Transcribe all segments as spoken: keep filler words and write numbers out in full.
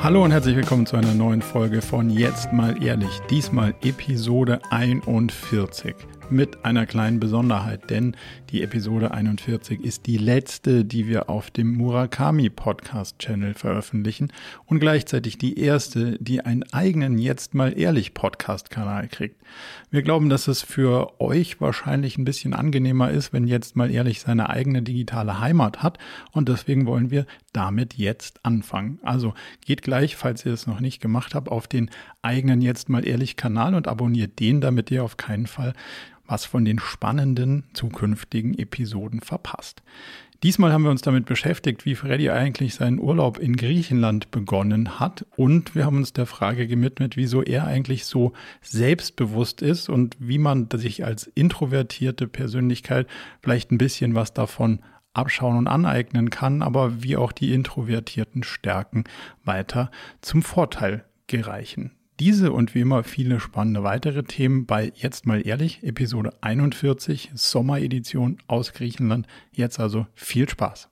Hallo und herzlich willkommen zu einer neuen Folge von Jetzt mal ehrlich. Diesmal Episode einundvierzig mit einer kleinen Besonderheit, denn die Episode einundvierzig ist die letzte, die wir auf dem Murakami Podcast Channel veröffentlichen und gleichzeitig die erste, die einen eigenen Jetzt mal ehrlich Podcast Kanal kriegt. Wir glauben, dass es für euch wahrscheinlich ein bisschen angenehmer ist, wenn Jetzt mal ehrlich seine eigene digitale Heimat hat, und deswegen wollen wir damit jetzt anfangen. Also geht gleich, falls ihr es noch nicht gemacht habt, auf den eigenen Jetzt mal ehrlich Kanal und abonniert den, damit ihr auf keinen Fall was von den spannenden zukünftigen Episoden verpasst. Diesmal haben wir uns damit beschäftigt, wie Freddy eigentlich seinen Urlaub in Griechenland begonnen hat, und wir haben uns der Frage gewidmet, wieso er eigentlich so selbstbewusst ist und wie man sich als introvertierte Persönlichkeit vielleicht ein bisschen was davon abschauen und aneignen kann, aber wie auch die introvertierten Stärken weiter zum Vorteil gereichen. Diese und wie immer viele spannende weitere Themen bei Jetzt mal ehrlich, Episode einundvierzig, Sommeredition aus Griechenland. Jetzt also viel Spaß.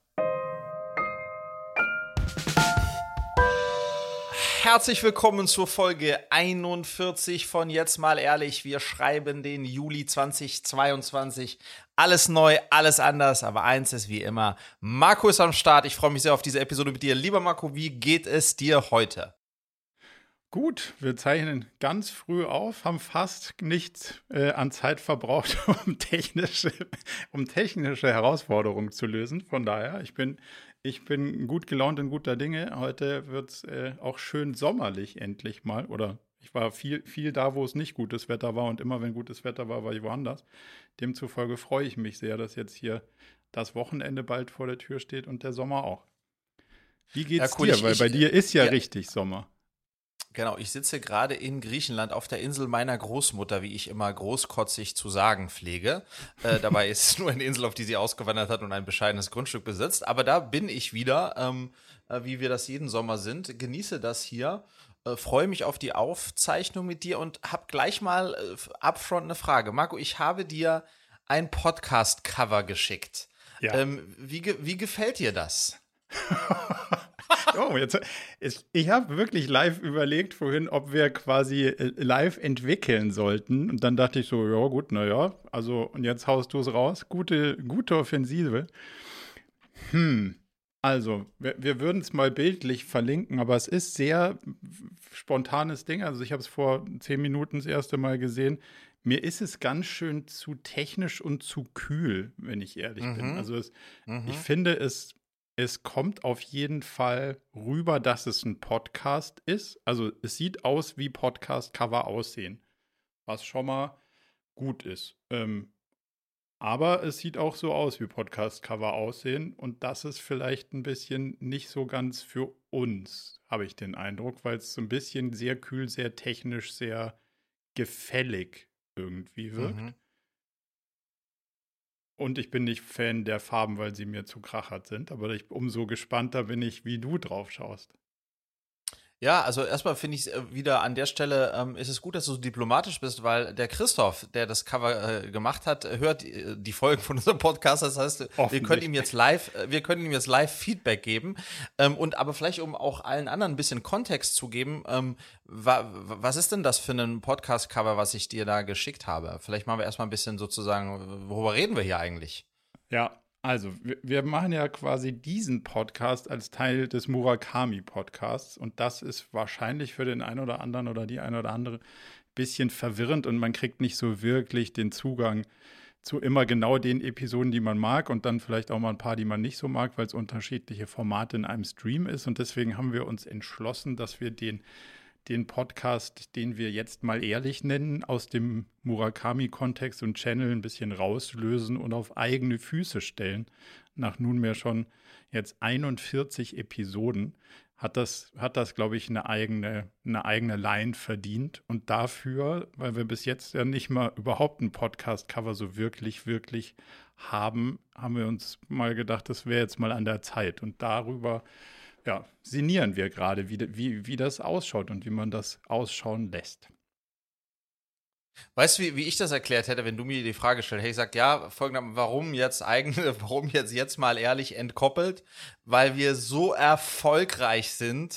Herzlich willkommen zur Folge einundvierzig von Jetzt mal ehrlich. Wir schreiben den Juli zweitausendzweiundzwanzig. Alles neu, alles anders, aber eins ist wie immer: Marco ist am Start. Ich freue mich sehr auf diese Episode mit dir. Lieber Marco, wie geht es dir heute? Gut, wir zeichnen ganz früh auf, haben fast nichts äh, an Zeit verbraucht, um technische, um technische Herausforderungen zu lösen. Von daher, ich bin, ich bin gut gelaunt und guter Dinge. Heute wird es äh, auch schön sommerlich endlich mal. Oder ich war viel, viel da, wo es nicht gutes Wetter war, und immer wenn gutes Wetter war, war ich woanders. Demzufolge freue ich mich sehr, dass jetzt hier das Wochenende bald vor der Tür steht und der Sommer auch. Wie geht's ja, cool, dir? ich, Weil ich, bei dir ist ja, ja richtig Sommer. Genau, ich sitze gerade in Griechenland auf der Insel meiner Großmutter, wie ich immer großkotzig zu sagen pflege. Äh, dabei ist es nur eine Insel, auf die sie ausgewandert hat und ein bescheidenes Grundstück besitzt. Aber da bin ich wieder, ähm, äh, wie wir das jeden Sommer sind. Genieße das hier, äh, freue mich auf die Aufzeichnung mit dir und habe gleich mal äh, upfront eine Frage. Marco, ich habe dir ein Podcast-Cover geschickt. Ja. Ähm, wie, ge- wie gefällt dir das? Oh, jetzt, ich ich habe wirklich live überlegt vorhin, ob wir quasi äh, live entwickeln sollten. Und dann dachte ich so, ja gut, naja, also und jetzt haust du es raus. Gute, gute Offensive. Hm, also, wir, wir würden es mal bildlich verlinken, aber es ist sehr spontanes Ding. Also ich habe es vor zehn Minuten das erste Mal gesehen. Mir ist es ganz schön zu technisch und zu kühl, wenn ich ehrlich Mhm. bin. Also es, Mhm. ich finde, es Es kommt auf jeden Fall rüber, dass es ein Podcast ist. Also es sieht aus, wie Podcast-Cover aussehen, was schon mal gut ist. Ähm, aber es sieht auch so aus, wie Podcast-Cover aussehen. Und das ist vielleicht ein bisschen nicht so ganz für uns, habe ich den Eindruck, weil es so ein bisschen sehr kühl, sehr technisch, sehr gefällig irgendwie wirkt. Mhm. Und ich bin nicht Fan der Farben, weil sie mir zu krachert sind. Aber ich, umso gespannter bin ich, wie du drauf schaust. Ja, also erstmal finde ich äh, wieder an der Stelle, ähm, ist es gut, dass du so diplomatisch bist, weil der Christoph, der das Cover äh, gemacht hat, hört äh, die Folgen von unserem Podcast. Das heißt, wir können ihm jetzt live, äh, wir können ihm jetzt live Feedback geben. Ähm, und aber vielleicht, um auch allen anderen ein bisschen Kontext zu geben, ähm, wa was ist denn das für ein Podcast-Cover, was ich dir da geschickt habe? Vielleicht machen wir erstmal ein bisschen sozusagen, worüber reden wir hier eigentlich? Ja, also wir, wir machen ja quasi diesen Podcast als Teil des Murakami-Podcasts. Und das ist wahrscheinlich für den einen oder anderen oder die eine oder andere ein bisschen verwirrend. Und man kriegt nicht so wirklich den Zugang zu immer genau den Episoden, die man mag, und dann vielleicht auch mal ein paar, die man nicht so mag, weil es unterschiedliche Formate in einem Stream ist. Und deswegen haben wir uns entschlossen, dass wir den, den Podcast, den wir jetzt mal ehrlich nennen, aus dem Murakami-Kontext und Channel ein bisschen rauslösen und auf eigene Füße stellen. Nach nunmehr schon jetzt einundvierzig Episoden hat das, hat das, glaube ich, eine eigene, eine eigene Line verdient. Und dafür, weil wir bis jetzt ja nicht mal überhaupt ein Podcast-Cover so wirklich, wirklich haben, haben wir uns mal gedacht, das wäre jetzt mal an der Zeit. Und darüber, ja, sinnieren wir gerade, wie, wie, wie das ausschaut und wie man das ausschauen lässt. Weißt du, wie, wie ich das erklärt hätte, wenn du mir die Frage stellst? Hey, ich sag, ja, folgendermaßen, warum jetzt eigentlich, warum jetzt jetzt mal ehrlich entkoppelt? Weil wir so erfolgreich sind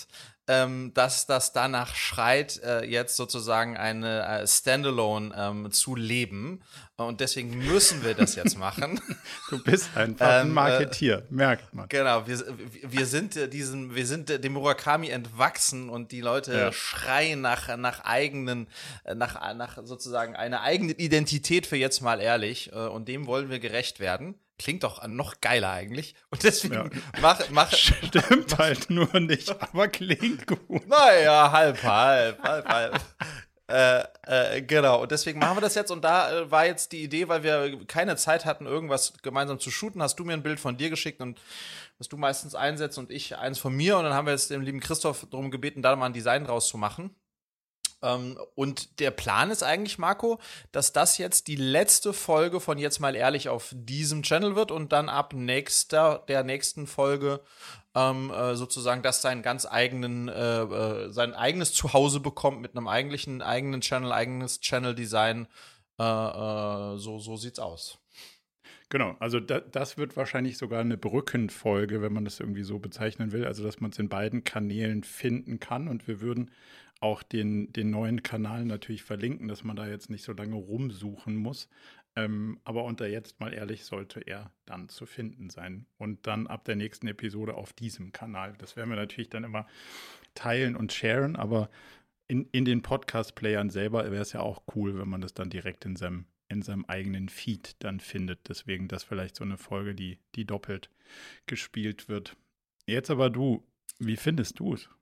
ähm, dass das danach schreit, äh, jetzt sozusagen eine äh, Standalone ähm, zu leben. Und deswegen müssen wir das jetzt machen. Du bist einfach ein Marketier, äh, merkt man. Genau, wir, wir sind äh, diesen, wir sind äh, dem Murakami entwachsen und die Leute ja. schreien nach, nach eigenen, nach, nach sozusagen einer eigenen Identität für jetzt mal ehrlich. Äh, und dem wollen wir gerecht werden. Klingt doch noch geiler eigentlich. Und deswegen ja. mach, mach. Stimmt mach, halt nur nicht, aber klingt gut. Naja, halb, halb, halb, halb. Äh, äh, genau, und deswegen machen wir das jetzt. Und da äh, war jetzt die Idee, weil wir keine Zeit hatten, irgendwas gemeinsam zu shooten, hast du mir ein Bild von dir geschickt und was du meistens einsetzt und ich eins von mir. Und dann haben wir jetzt den lieben Christoph darum gebeten, da mal ein Design draus zu machen. Ähm, und der Plan ist eigentlich, Marco, dass das jetzt die letzte Folge von Jetzt mal ehrlich auf diesem Channel wird und dann ab nächster, der nächsten Folge ähm, äh, sozusagen das seinen ganz eigenen, äh, äh, sein eigenes Zuhause bekommt mit einem eigentlichen eigenen Channel, eigenes Channel-Design. Äh, äh, so, so sieht's aus. Genau, also da, das wird wahrscheinlich sogar eine Brückenfolge, wenn man das irgendwie so bezeichnen will, also dass man es in beiden Kanälen finden kann und wir würden auch den, den neuen Kanal natürlich verlinken, dass man da jetzt nicht so lange rumsuchen muss. Ähm, aber unter Jetzt mal ehrlich sollte er dann zu finden sein. Und dann ab der nächsten Episode auf diesem Kanal. Das werden wir natürlich dann immer teilen und sharen, aber in, in den Podcast-Playern selber wäre es ja auch cool, wenn man das dann direkt in seinem, in seinem eigenen Feed dann findet. Deswegen das vielleicht so eine Folge, die, die doppelt gespielt wird. Jetzt aber du, wie findest du es?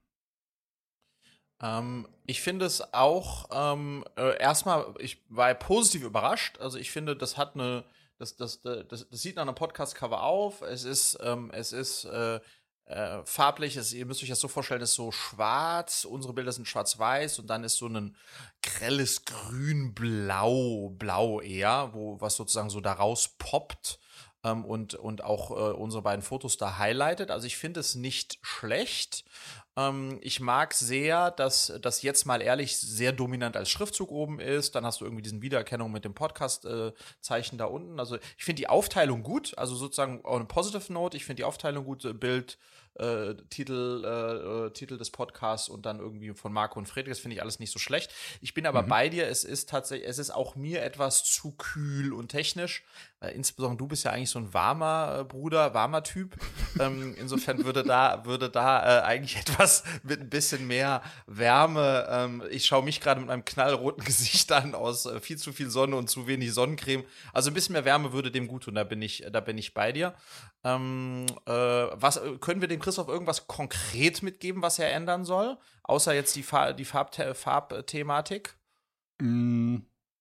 Ähm, ich finde es auch, ähm, äh, erstmal, ich war positiv überrascht. Also ich finde, das hat eine, das, das, das, das sieht nach einem Podcast-Cover auf. Es ist, ähm, es ist äh, äh, farblich, es, ihr müsst euch das so vorstellen, es ist so schwarz, unsere Bilder sind schwarz-weiß und dann ist so ein grelles Grün-Blau, Blau eher, wo was sozusagen so daraus poppt. Ähm, und, und auch äh, unsere beiden Fotos da highlightet. Also ich finde es nicht schlecht. Ähm, ich mag sehr, dass das Jetzt mal ehrlich sehr dominant als Schriftzug oben ist. Dann hast du irgendwie diesen Wiedererkennung mit dem Podcast-Zeichen äh, da unten. Also ich finde die Aufteilung gut. Also sozusagen on a positive note. Ich finde die Aufteilung gut. Bild, äh, Titel, äh, Titel des Podcasts und dann irgendwie von Marco und Friedrich. Das finde ich alles nicht so schlecht. Ich bin aber mhm. bei dir. Es ist tatsächlich, es ist auch mir etwas zu kühl und technisch. Äh, insbesondere du bist ja eigentlich so ein warmer äh, Bruder, warmer Typ. ähm, insofern würde da, würde da äh, eigentlich etwas mit ein bisschen mehr Wärme. Ähm, ich schaue mich gerade mit einem knallroten Gesicht an aus äh, viel zu viel Sonne und zu wenig Sonnencreme. Also ein bisschen mehr Wärme würde dem gut tun. Da bin ich, da bin ich bei dir. Ähm, äh, was können wir dem Christoph irgendwas konkret mitgeben, was er ändern soll? Außer jetzt die, Fa- die Farb- Farbthematik? Mm.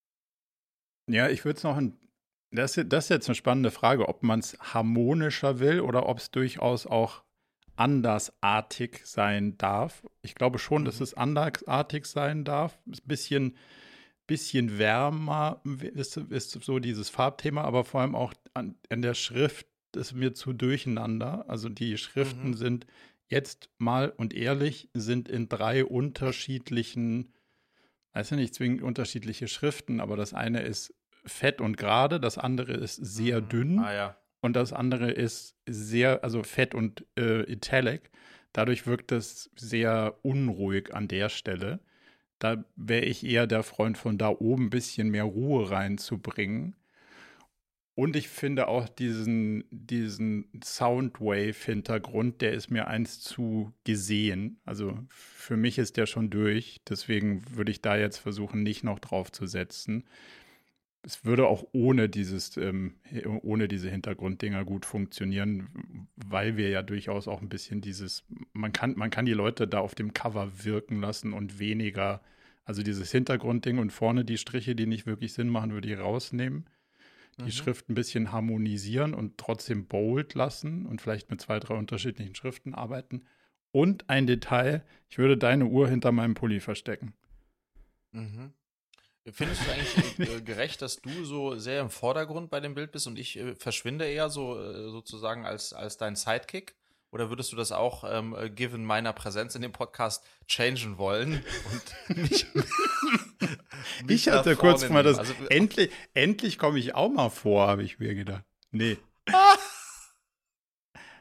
Ja, ich würde es noch ein Das, das ist jetzt eine spannende Frage, ob man es harmonischer will oder ob es durchaus auch andersartig sein darf. Ich glaube schon, mhm. dass es andersartig sein darf. Ein bisschen, bisschen wärmer ist, ist so dieses Farbthema, aber vor allem auch an, an der Schrift ist mir zu durcheinander. Also die Schriften mhm. sind jetzt mal und ehrlich, sind in drei unterschiedlichen, weiß ja nicht zwingend unterschiedliche Schriften, aber das eine ist fett und gerade, das andere ist sehr mhm. dünn ah, ja. und das andere ist sehr, also fett und äh, italic. Dadurch wirkt es sehr unruhig an der Stelle. Da wäre ich eher der Freund von da oben ein bisschen mehr Ruhe reinzubringen. Und ich finde auch diesen, diesen Soundwave-Hintergrund, der ist mir eins zu gesehen. Also für mich ist der schon durch. Deswegen würde ich da jetzt versuchen, nicht noch drauf zu setzen. Es würde auch ohne dieses, ähm, ohne diese Hintergrunddinger gut funktionieren, weil wir ja durchaus auch ein bisschen dieses, man kann, man kann die Leute da auf dem Cover wirken lassen und weniger, also dieses Hintergrundding und vorne die Striche, die nicht wirklich Sinn machen, würde ich rausnehmen. Die mhm. Schrift ein bisschen harmonisieren und trotzdem bold lassen und vielleicht mit zwei, drei unterschiedlichen Schriften arbeiten. Und ein Detail, ich würde deine Uhr hinter meinem Pulli verstecken. Mhm. Findest du eigentlich äh, gerecht, dass du so sehr im Vordergrund bei dem Bild bist und ich äh, verschwinde eher so äh, sozusagen als, als dein Sidekick? Oder würdest du das auch, ähm, given meiner Präsenz in dem Podcast, changen wollen? Und mich, mich ich hatte kurz mal das, also, endlich, endlich komme ich auch mal vor, habe ich mir gedacht. Nee.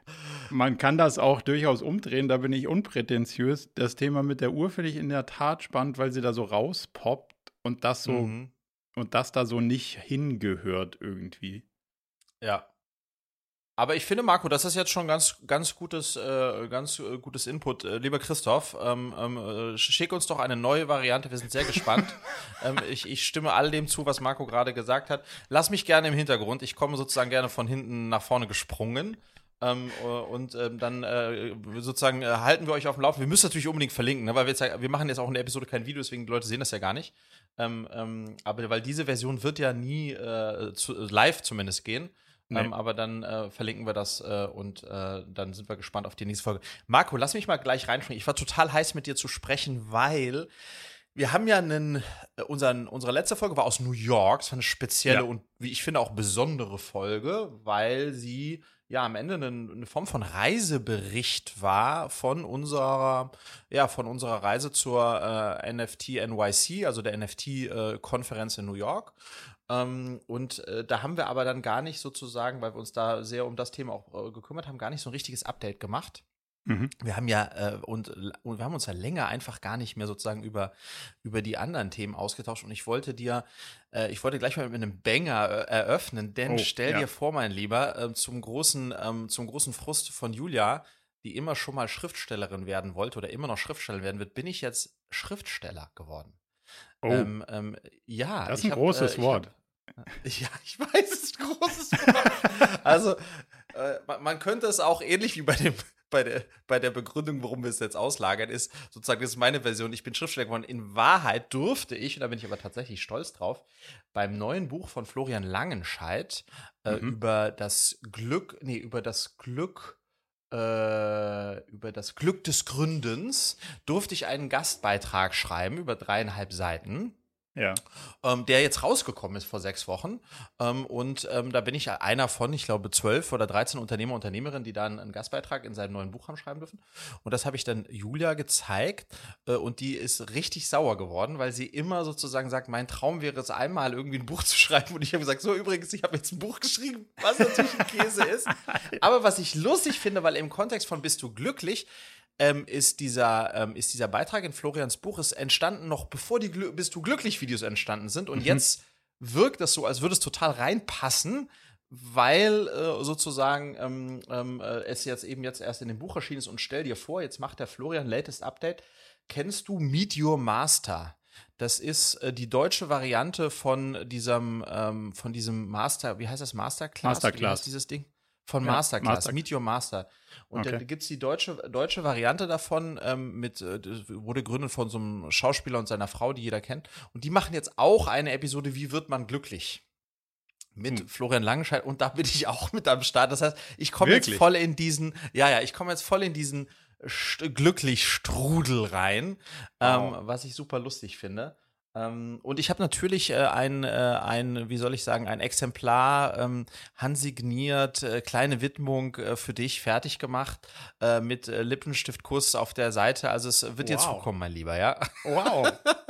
man kann das auch durchaus umdrehen, da bin ich unprätentiös. Das Thema mit der Uhr finde ich in der Tat spannend, weil sie da so rauspoppt und das so mhm. und das da so nicht hingehört irgendwie. Ja. Aber ich finde, Marco, das ist jetzt schon ganz, ganz gutes, äh, ganz äh, gutes Input. Äh, lieber Christoph, ähm, ähm, schick uns doch eine neue Variante. Wir sind sehr gespannt. ähm, ich, ich stimme all dem zu, was Marco gerade gesagt hat. Lass mich gerne im Hintergrund. Ich komme sozusagen gerne von hinten nach vorne gesprungen. Ähm, und ähm, dann äh, sozusagen äh, halten wir euch auf dem Laufenden. Wir müssen natürlich unbedingt verlinken, ne? Weil wir, jetzt ja, wir machen jetzt auch in der Episode kein Video, deswegen die Leute sehen das ja gar nicht. Ähm, ähm, aber weil diese Version wird ja nie äh, zu, live zumindest gehen. Nee. Ähm, aber dann äh, verlinken wir das äh, und äh, dann sind wir gespannt auf die nächste Folge. Marco, lass mich mal gleich reinspringen. Ich war total heiß, mit dir zu sprechen, weil wir haben ja einen, äh, unseren, unsere letzte Folge war aus New York. Es war eine spezielle ja. und, wie ich finde, auch besondere Folge, weil sie ja am Ende eine, eine Form von Reisebericht war von unserer, ja, von unserer Reise zur äh, N F T N Y C, also der N F T-Konferenz äh, in New York. Ähm, und äh, da haben wir aber dann gar nicht sozusagen, weil wir uns da sehr um das Thema auch äh, gekümmert haben, gar nicht so ein richtiges Update gemacht. Mhm. Wir haben ja äh, und, und wir haben uns ja länger einfach gar nicht mehr sozusagen über, über die anderen Themen ausgetauscht. Und ich wollte dir, äh, ich wollte gleich mal mit einem Banger äh, eröffnen, denn oh, stell ja. dir vor, mein Lieber, äh, zum großen, ähm, zum großen Frust von Julia, die immer schon mal Schriftstellerin werden wollte oder immer noch Schriftstellerin werden wird, bin ich jetzt Schriftsteller geworden. Oh, ähm, ähm, ja, das ist ein hab, großes äh, Wort. Hab, Ja, ich weiß, es ist ein großes Wort. Also, äh, man, man könnte es auch ähnlich wie bei dem, bei der, bei der Begründung, warum wir es jetzt auslagern, ist sozusagen, das ist meine Version, ich bin Schriftsteller geworden. In Wahrheit durfte ich, und da bin ich aber tatsächlich stolz drauf, beim neuen Buch von Florian Langenscheidt äh, mhm. über das Glück, nee, über das Glück, äh, über das Glück des Gründens, durfte ich einen Gastbeitrag schreiben über dreieinhalb Seiten. Ja. Ähm, der jetzt rausgekommen ist vor sechs Wochen. Ähm, und ähm, da bin ich einer von, ich glaube, zwölf oder dreizehn Unternehmer, Unternehmerinnen, die da einen, einen Gastbeitrag in seinem neuen Buch haben schreiben dürfen. Und das habe ich dann Julia gezeigt. Äh, und die ist richtig sauer geworden, weil sie immer sozusagen sagt, mein Traum wäre es, einmal irgendwie ein Buch zu schreiben. Und ich habe gesagt, so übrigens, ich habe jetzt ein Buch geschrieben, was natürlich ein Käse ist. Aber was ich lustig finde, weil im Kontext von Bist du glücklich, Ähm, ist, dieser, ähm, ist dieser Beitrag in Florians Buch ist entstanden, noch bevor die Gl- Bist du glücklich Videos entstanden sind. Und mhm. jetzt wirkt das so, als würde es total reinpassen, weil äh, sozusagen ähm, ähm, äh, es jetzt eben jetzt erst in dem Buch erschienen ist. Und stell dir vor, jetzt macht der Florian Latest Update. Kennst du Meet Your Master? Das ist äh, die deutsche Variante von diesem, ähm, von diesem Master, wie heißt das, Masterclass? Masterclass. Wie heißt dieses Ding? Von ja, Masterclass, Master- Meet Your Master. Und okay. da gibt es die deutsche, deutsche Variante davon, ähm, mit, äh, wurde gegründet von so einem Schauspieler und seiner Frau, die jeder kennt. Und die machen jetzt auch eine Episode, wie wird man glücklich? Mit hm. Florian Langenscheidt. Und da bin ich auch mit am Start. Das heißt, ich komme jetzt voll in diesen, ja, ja, ich komme jetzt voll in diesen st- glücklich Strudel rein, wow. ähm, was ich super lustig finde. Ähm, und ich habe natürlich äh, ein, äh, ein, wie soll ich sagen, ein Exemplar ähm, handsigniert, äh, kleine Widmung äh, für dich fertig gemacht, äh, mit äh, Lippenstiftkuss auf der Seite. Also es wird wow. dir zukommen, mein Lieber, ja. Wow.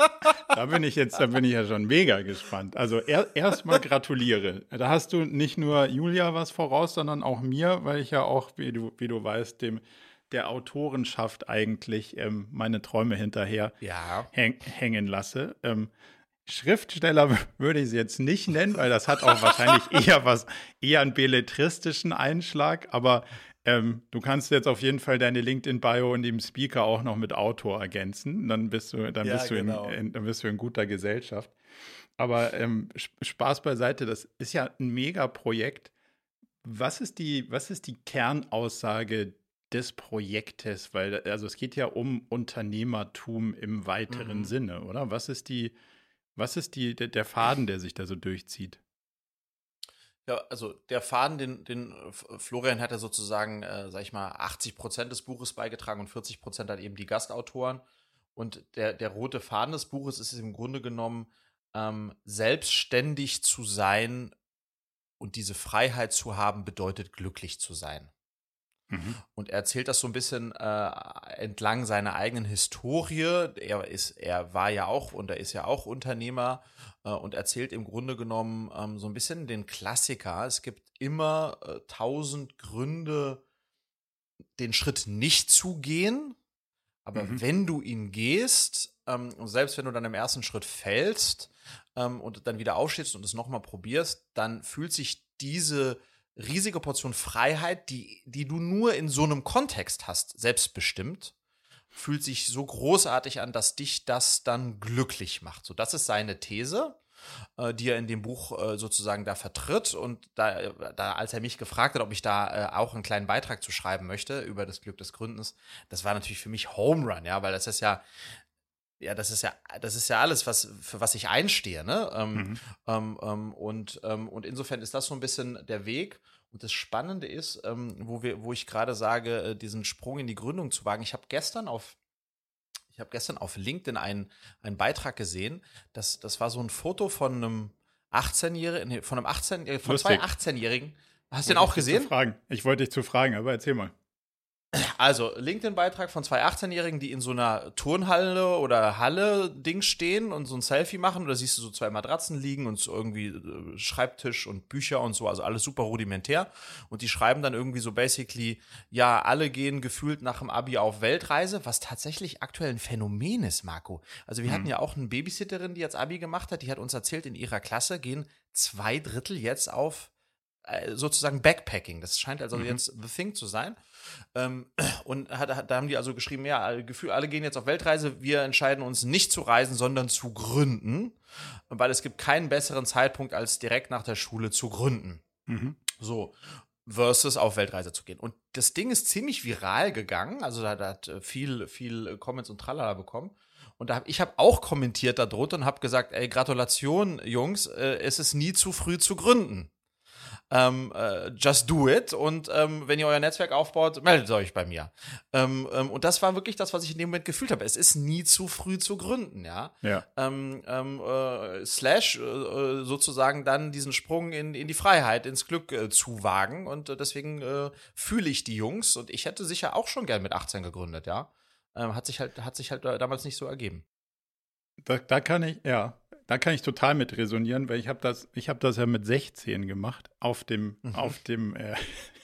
Da bin ich jetzt, da bin ich ja schon mega gespannt. Also er, erstmal gratuliere. Da hast du nicht nur Julia was voraus, sondern auch mir, weil ich ja auch, wie du, wie du weißt, dem der Autorenschaft eigentlich ähm, meine Träume hinterher ja. häng, hängen lasse. Ähm, Schriftsteller würde ich sie jetzt nicht nennen, weil das hat auch wahrscheinlich eher was, eher einen belletristischen Einschlag, aber ähm, du kannst jetzt auf jeden Fall deine LinkedIn-Bio und dem Speaker auch noch mit Autor ergänzen, dann bist du, dann ja, bist du genau. in, in, dann bist du in guter Gesellschaft. Aber ähm, Spaß beiseite, das ist ja ein Mega-Projekt. Was ist die, was ist die Kernaussage des Projektes? Weil, also es geht ja um Unternehmertum im weiteren mhm. Sinne, oder? Was ist die, was ist die, der, der Faden, der sich da so durchzieht? Ja, also der Faden, den, den Florian hat ja sozusagen, äh, sag ich mal, achtzig Prozent des Buches beigetragen und vierzig Prozent hat eben die Gastautoren. Und der, der rote Faden des Buches ist im Grunde genommen, ähm, selbstständig zu sein und diese Freiheit zu haben, bedeutet glücklich zu sein. Mhm. Und er erzählt das so ein bisschen äh, entlang seiner eigenen Historie. Er ist, er war ja auch und er ist ja auch Unternehmer äh, und erzählt im Grunde genommen ähm, so ein bisschen den Klassiker. Es gibt immer äh, tausend Gründe, den Schritt nicht zu gehen, aber mhm. wenn du ihn gehst, ähm, und selbst wenn du dann im ersten Schritt fällst ähm, und dann wieder aufstehst und es nochmal probierst, dann fühlt sich diese riesige Portion Freiheit, die, die du nur in so einem Kontext hast, selbstbestimmt, fühlt sich so großartig an, dass dich das dann glücklich macht. So, das ist seine These, äh, die er in dem Buch äh, sozusagen da vertritt. Und da, da, als er mich gefragt hat, ob ich da äh, auch einen kleinen Beitrag zu schreiben möchte über das Glück des Gründens, das war natürlich für mich Home Run, ja, weil das ist ja Ja, das ist ja, das ist ja alles, was, für was ich einstehe, ne? Ähm, mhm. ähm, ähm, und, ähm, und insofern ist das so ein bisschen der Weg. Und das Spannende ist, ähm, wo wir, wo ich gerade sage, äh, diesen Sprung in die Gründung zu wagen. Ich habe gestern auf, ich habe gestern auf LinkedIn einen, einen Beitrag gesehen. Das, das war so ein Foto von einem achtzehnjährigen, von einem achtzehn, äh, von Lustig. zwei achtzehnjährigen. Hast du den auch gesehen? Zu fragen. Ich wollte dich zu fragen, aber erzähl mal. Also, LinkedIn-Beitrag von zwei achtzehnjährigen, die in so einer Turnhalle oder Halle-Ding stehen und so ein Selfie machen. Oder siehst du so zwei Matratzen liegen und so irgendwie äh, Schreibtisch und Bücher und so, also alles super rudimentär. Und die schreiben dann irgendwie so basically, ja, alle gehen gefühlt nach dem Abi auf Weltreise, was tatsächlich aktuell ein Phänomen ist, Marco. Also wir mhm. hatten ja auch eine Babysitterin, die jetzt Abi gemacht hat, die hat uns erzählt, in ihrer Klasse gehen zwei Drittel jetzt auf äh, sozusagen Backpacking. Das scheint also mhm. jetzt the thing zu sein. Ähm, und hat, hat, da haben die also geschrieben, ja, Gefühl, alle gehen jetzt auf Weltreise, wir entscheiden uns nicht zu reisen, sondern zu gründen, weil es gibt keinen besseren Zeitpunkt, als direkt nach der Schule zu gründen. Mhm. So, versus auf Weltreise zu gehen. Und das Ding ist ziemlich viral gegangen, also da, da hat viel, viel Comments und Tralala bekommen. Und da hab, ich habe auch kommentiert darunter und habe gesagt, ey, Gratulation, Jungs, äh, es ist nie zu früh zu gründen. Um, uh, just do it und um, wenn ihr euer Netzwerk aufbaut, meldet euch bei mir. Um, um, und das war wirklich das, was ich in dem Moment gefühlt habe. Es ist nie zu früh zu gründen, ja. ja. Um, um, uh, slash uh, sozusagen dann diesen Sprung in, in die Freiheit, ins Glück uh, zu wagen. Und uh, deswegen uh, fühle ich die Jungs und ich hätte sicher auch schon gern mit achtzehn gegründet, ja. Um, hat sich halt, hat sich halt damals nicht so ergeben. Da, da kann ich, ja. Da kann ich total mit resonieren, weil ich habe das, ich habe das ja mit sechzehn gemacht, auf dem, mhm. auf dem, äh,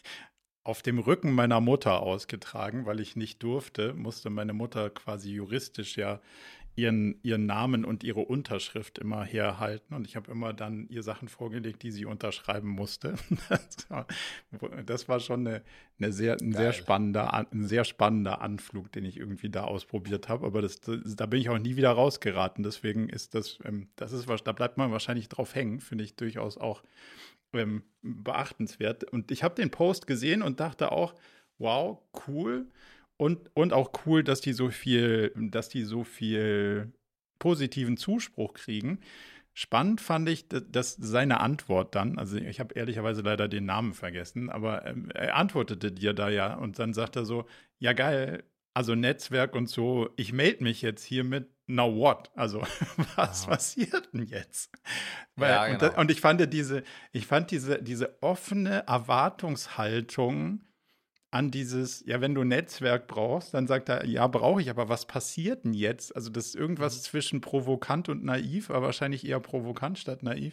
auf dem Rücken meiner Mutter ausgetragen, weil ich nicht durfte, musste meine Mutter quasi juristisch ja ihren, ihren Namen und ihre Unterschrift immer herhalten. Und ich habe immer dann ihr Sachen vorgelegt, die sie unterschreiben musste. Das war, das war schon eine, eine sehr, ein, sehr spannender, ein sehr spannender Anflug, den ich irgendwie da ausprobiert habe. Aber das, das, da bin ich auch nie wieder rausgeraten. Deswegen ist das, ähm, das ist, da bleibt man wahrscheinlich drauf hängen, finde ich durchaus auch ähm, beachtenswert. Und ich habe den Post gesehen und dachte auch, wow, cool. Und, und auch cool, dass die so viel, dass die so viel positiven Zuspruch kriegen. Spannend fand ich, dass seine Antwort dann, also ich habe ehrlicherweise leider den Namen vergessen, aber ähm, er antwortete dir da ja und dann sagt er so, ja geil, also Netzwerk und so, ich melde mich jetzt hiermit, now what? Also was ja. passiert denn jetzt? Weil, ja, genau. und, das, und ich fand diese, ich fand diese, diese offene Erwartungshaltung an dieses, ja, wenn du Netzwerk brauchst, dann sagt er, ja, brauche ich, aber was passiert denn jetzt? Also das ist irgendwas mhm. zwischen provokant und naiv, aber wahrscheinlich eher provokant statt naiv,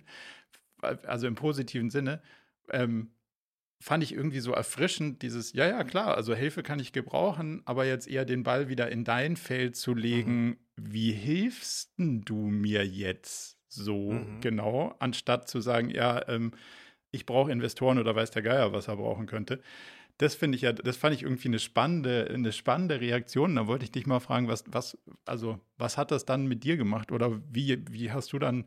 also im positiven Sinne, ähm, fand ich irgendwie so erfrischend, dieses, ja, ja, klar, also Hilfe kann ich gebrauchen, aber jetzt eher den Ball wieder in dein Feld zu legen, mhm. wie hilfst denn du mir jetzt so mhm. genau, anstatt zu sagen, ja, ähm, ich brauche Investoren oder weiß der Geier, was er brauchen könnte. Das finde ich ja, das fand ich irgendwie eine spannende, eine spannende Reaktion. Da wollte ich dich mal fragen, was, was, also, was hat das dann mit dir gemacht? Oder wie, wie hast du dann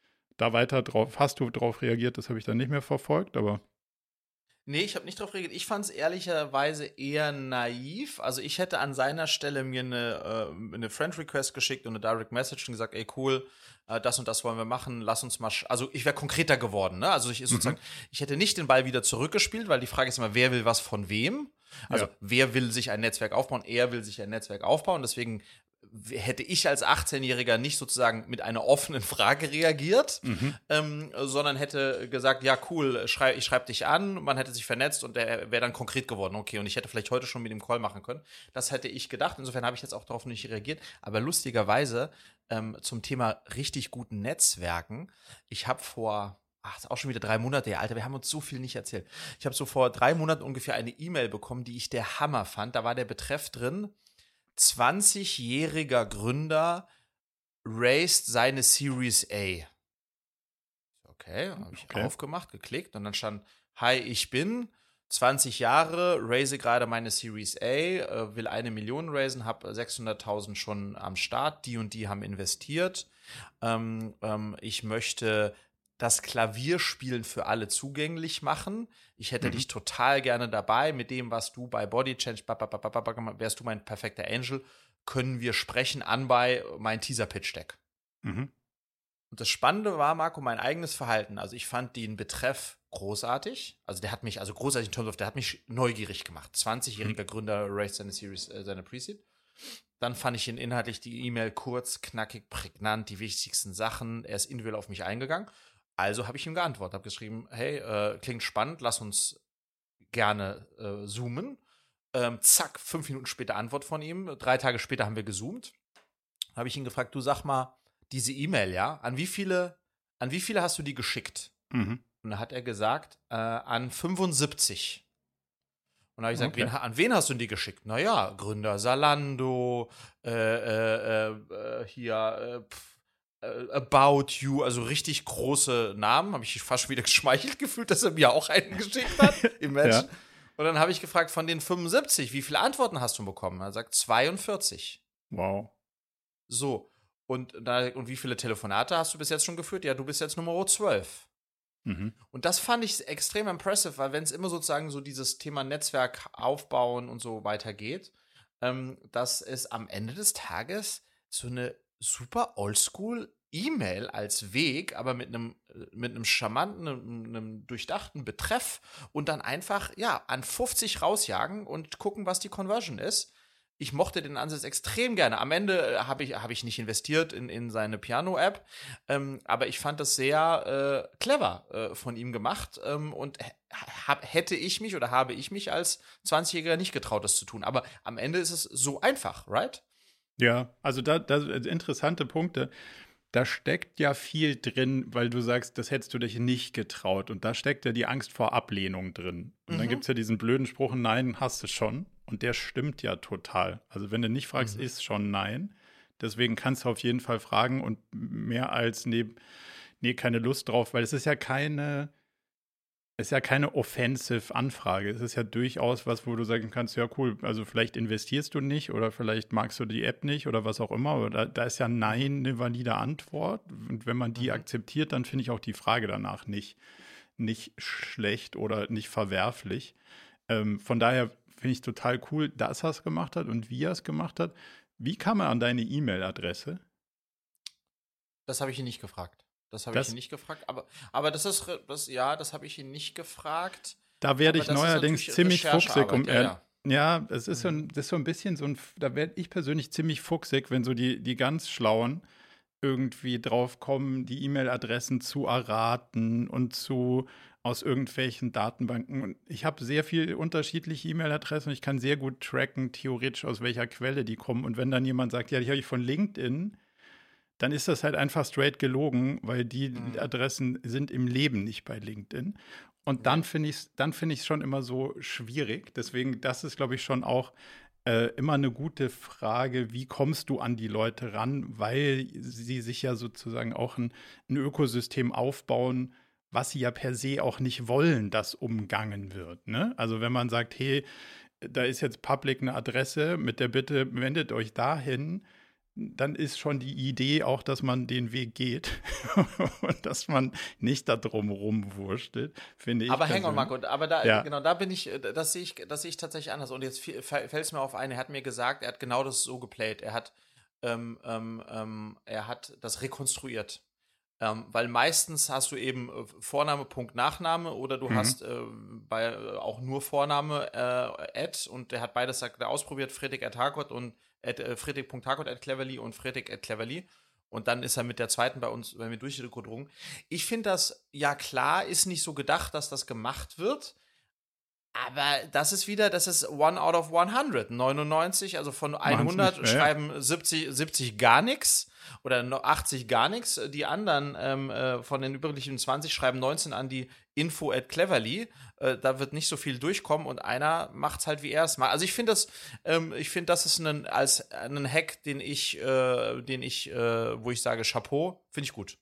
da weiter drauf, hast du drauf reagiert? Das habe ich dann nicht mehr verfolgt, aber. Nee, ich habe nicht drauf reagiert. Ich fand es ehrlicherweise eher naiv. Also ich hätte an seiner Stelle mir eine, äh, eine Friend-Request geschickt und eine Direct Message und gesagt, ey, cool, äh, das und das wollen wir machen, lass uns mal, sch-. also ich wäre konkreter geworden, ne? Also ich sozusagen, mhm. ich hätte nicht den Ball wieder zurückgespielt, weil die Frage ist immer, wer will was von wem? Also ja. wer will sich ein Netzwerk aufbauen? Er will sich ein Netzwerk aufbauen, deswegen hätte ich als achtzehnjähriger nicht sozusagen mit einer offenen Frage reagiert, mhm. ähm, sondern hätte gesagt, ja cool, schrei- ich schreibe dich an, man hätte sich vernetzt und der wäre dann konkret geworden, okay, und ich hätte vielleicht heute schon mit dem Call machen können. Das hätte ich gedacht, insofern habe ich jetzt auch darauf nicht reagiert, aber lustigerweise ähm, zum Thema richtig guten Netzwerken, ich habe vor ach, ist auch schon wieder drei Monate her, Alter, wir haben uns so viel nicht erzählt. Ich habe so vor drei Monaten ungefähr eine E-Mail bekommen, die ich der Hammer fand. Da war der Betreff drin, zwanzigjähriger Gründer raised seine Series A. Okay, habe ich okay. aufgemacht, geklickt und dann stand, hi, ich bin zwanzig Jahre, raise gerade meine Series A, äh, will eine Million raisen, habe sechshunderttausend schon am Start, die und die haben investiert. Ähm, ähm, ich möchte das Klavierspielen für alle zugänglich machen. Ich hätte mhm. dich total gerne dabei mit dem, was du bei Body Change, wärst du mein perfekter Angel, können wir sprechen an bei mein Teaser-Pitch-Deck. Mhm. Und das Spannende war, Marco, mein eigenes Verhalten. Also ich fand den Betreff großartig. Also der hat mich, also großartig in terms of, der hat mich neugierig gemacht. zwanzigjähriger mhm. Gründer raised seine Series, äh, seine Pre-Seed. Dann fand ich ihn inhaltlich die E-Mail kurz, knackig, prägnant, die wichtigsten Sachen. Er ist individuell auf mich eingegangen. Also habe ich ihm geantwortet, habe geschrieben, hey, äh, klingt spannend, lass uns gerne äh, zoomen. Ähm, zack, fünf Minuten später Antwort von ihm. Drei Tage später haben wir gezoomt. Habe ich ihn gefragt, du sag mal, diese E-Mail, ja, an wie viele, an wie viele hast du die geschickt? Mhm. Und da hat er gesagt, äh, an fünfundsiebzig. Und da habe ich gesagt, okay. wen, an wen hast du die geschickt? Naja, Gründer Zalando, äh, äh, äh, hier, äh, pff, äh, About You, also richtig große Namen. Habe ich fast schon wieder geschmeichelt gefühlt, dass er mir auch einen geschickt hat. Imagine. Ja. Und dann habe ich gefragt, von den fünfundsiebzig, wie viele Antworten hast du bekommen? Er sagt zweiundvierzig. Wow. So. Und, da, und wie viele Telefonate hast du bis jetzt schon geführt? Ja, du bist jetzt Nummer zwölf. Mhm. Und das fand ich extrem impressive, weil wenn es immer sozusagen so dieses Thema Netzwerk aufbauen und so weitergeht, ähm, dass es am Ende des Tages so eine super oldschool E-Mail als Weg, aber mit einem mit einem charmanten, einem, einem durchdachten Betreff und dann einfach, ja, an fünfzig rausjagen und gucken, was die Conversion ist. Ich mochte den Ansatz extrem gerne. Am Ende habe ich, hab ich nicht investiert in, in seine Piano-App, ähm, aber ich fand das sehr äh, clever äh, von ihm gemacht ähm, und hab, hätte ich mich oder habe ich mich als zwanzigjähriger nicht getraut, das zu tun. Aber am Ende ist es so einfach, right? Ja, also da, da interessante Punkte. Da steckt ja viel drin, weil du sagst, das hättest du dich nicht getraut. Und da steckt ja die Angst vor Ablehnung drin. Und mhm. dann gibt es ja diesen blöden Spruch, nein, hast du schon. Und der stimmt ja total. Also wenn du nicht fragst, mhm. ist schon nein. Deswegen kannst du auf jeden Fall fragen und mehr als, nee, nee, keine Lust drauf. Weil es ist ja keine, es ist ja keine offensive Anfrage. Es ist ja durchaus was, wo du sagen kannst, ja cool, also vielleicht investierst du nicht oder vielleicht magst du die App nicht oder was auch immer. Aber da, da ist ja Nein eine valide Antwort. Und wenn man die mhm. akzeptiert, dann finde ich auch die Frage danach nicht, nicht schlecht oder nicht verwerflich. Ähm, von daher finde ich total cool, dass er es gemacht hat und wie er es gemacht hat. Wie kam er an deine E-Mail-Adresse? Das habe ich ihn nicht gefragt. Das habe ich ihn nicht gefragt, aber, aber das ist, das, ja, das habe ich ihn nicht gefragt. Da werde ich neuerdings ziemlich fuchsig. Um, ja, ja. ja, es ist, mhm. so ein, das ist so ein bisschen so ein, da werde ich persönlich ziemlich fuchsig, wenn so die, die ganz Schlauen irgendwie drauf kommen, die E-Mail-Adressen zu erraten und zu aus irgendwelchen Datenbanken. Und ich habe sehr viele unterschiedliche E-Mail-Adressen und ich kann sehr gut tracken, theoretisch aus welcher Quelle die kommen. Und wenn dann jemand sagt, ja, die habe ich von LinkedIn, dann ist das halt einfach straight gelogen, weil die mhm. Adressen sind im Leben nicht bei LinkedIn. Und dann finde ich es dann finde ich es schon immer so schwierig. Deswegen, das ist, glaube ich, schon auch äh, immer eine gute Frage, wie kommst du an die Leute ran, weil sie sich ja sozusagen auch ein, ein Ökosystem aufbauen, was sie ja per se auch nicht wollen, dass umgangen wird. Ne? Also wenn man sagt, hey, da ist jetzt public eine Adresse mit der Bitte, wendet euch dahin, dann ist schon die Idee auch, dass man den Weg geht und dass man nicht da drum rumwurstelt, finde ich. Aber hang on, Marco, aber da, ja. genau, da bin ich, das sehe ich, das sehe ich tatsächlich anders. Und jetzt fällt es mir auf ein, er hat mir gesagt, er hat genau das so geplayt. Er hat, ähm, ähm, er hat das rekonstruiert. Ähm, weil meistens hast du eben Vorname, Punkt, Nachname oder du mhm. hast äh, bei äh, auch nur Vorname äh, Ad und der hat beides sagt, der ausprobiert, Fredrik at Harcourt und at, äh, Fredrik.Harcourt at Cleverly und Fredrik at Cleverly und dann ist er mit der zweiten bei uns, bei mir durchgedrungen. Ich finde das, ja klar, ist nicht so gedacht, dass das gemacht wird, aber das ist wieder, das ist one out of hundert, neunundneunzig, also von hundert nicht, schreiben siebzig, siebzig gar nichts. oder noch achtzig gar nichts. Die anderen ähm, äh, von den übrigen zwanzig schreiben neunzehn an die info at cleverly. Äh, da wird nicht so viel durchkommen und einer macht's halt wie er es macht. Also ich finde das, ähm, ich finde das ist ein, als einen Hack, den ich, äh, den ich, äh, wo ich sage Chapeau, finde ich gut.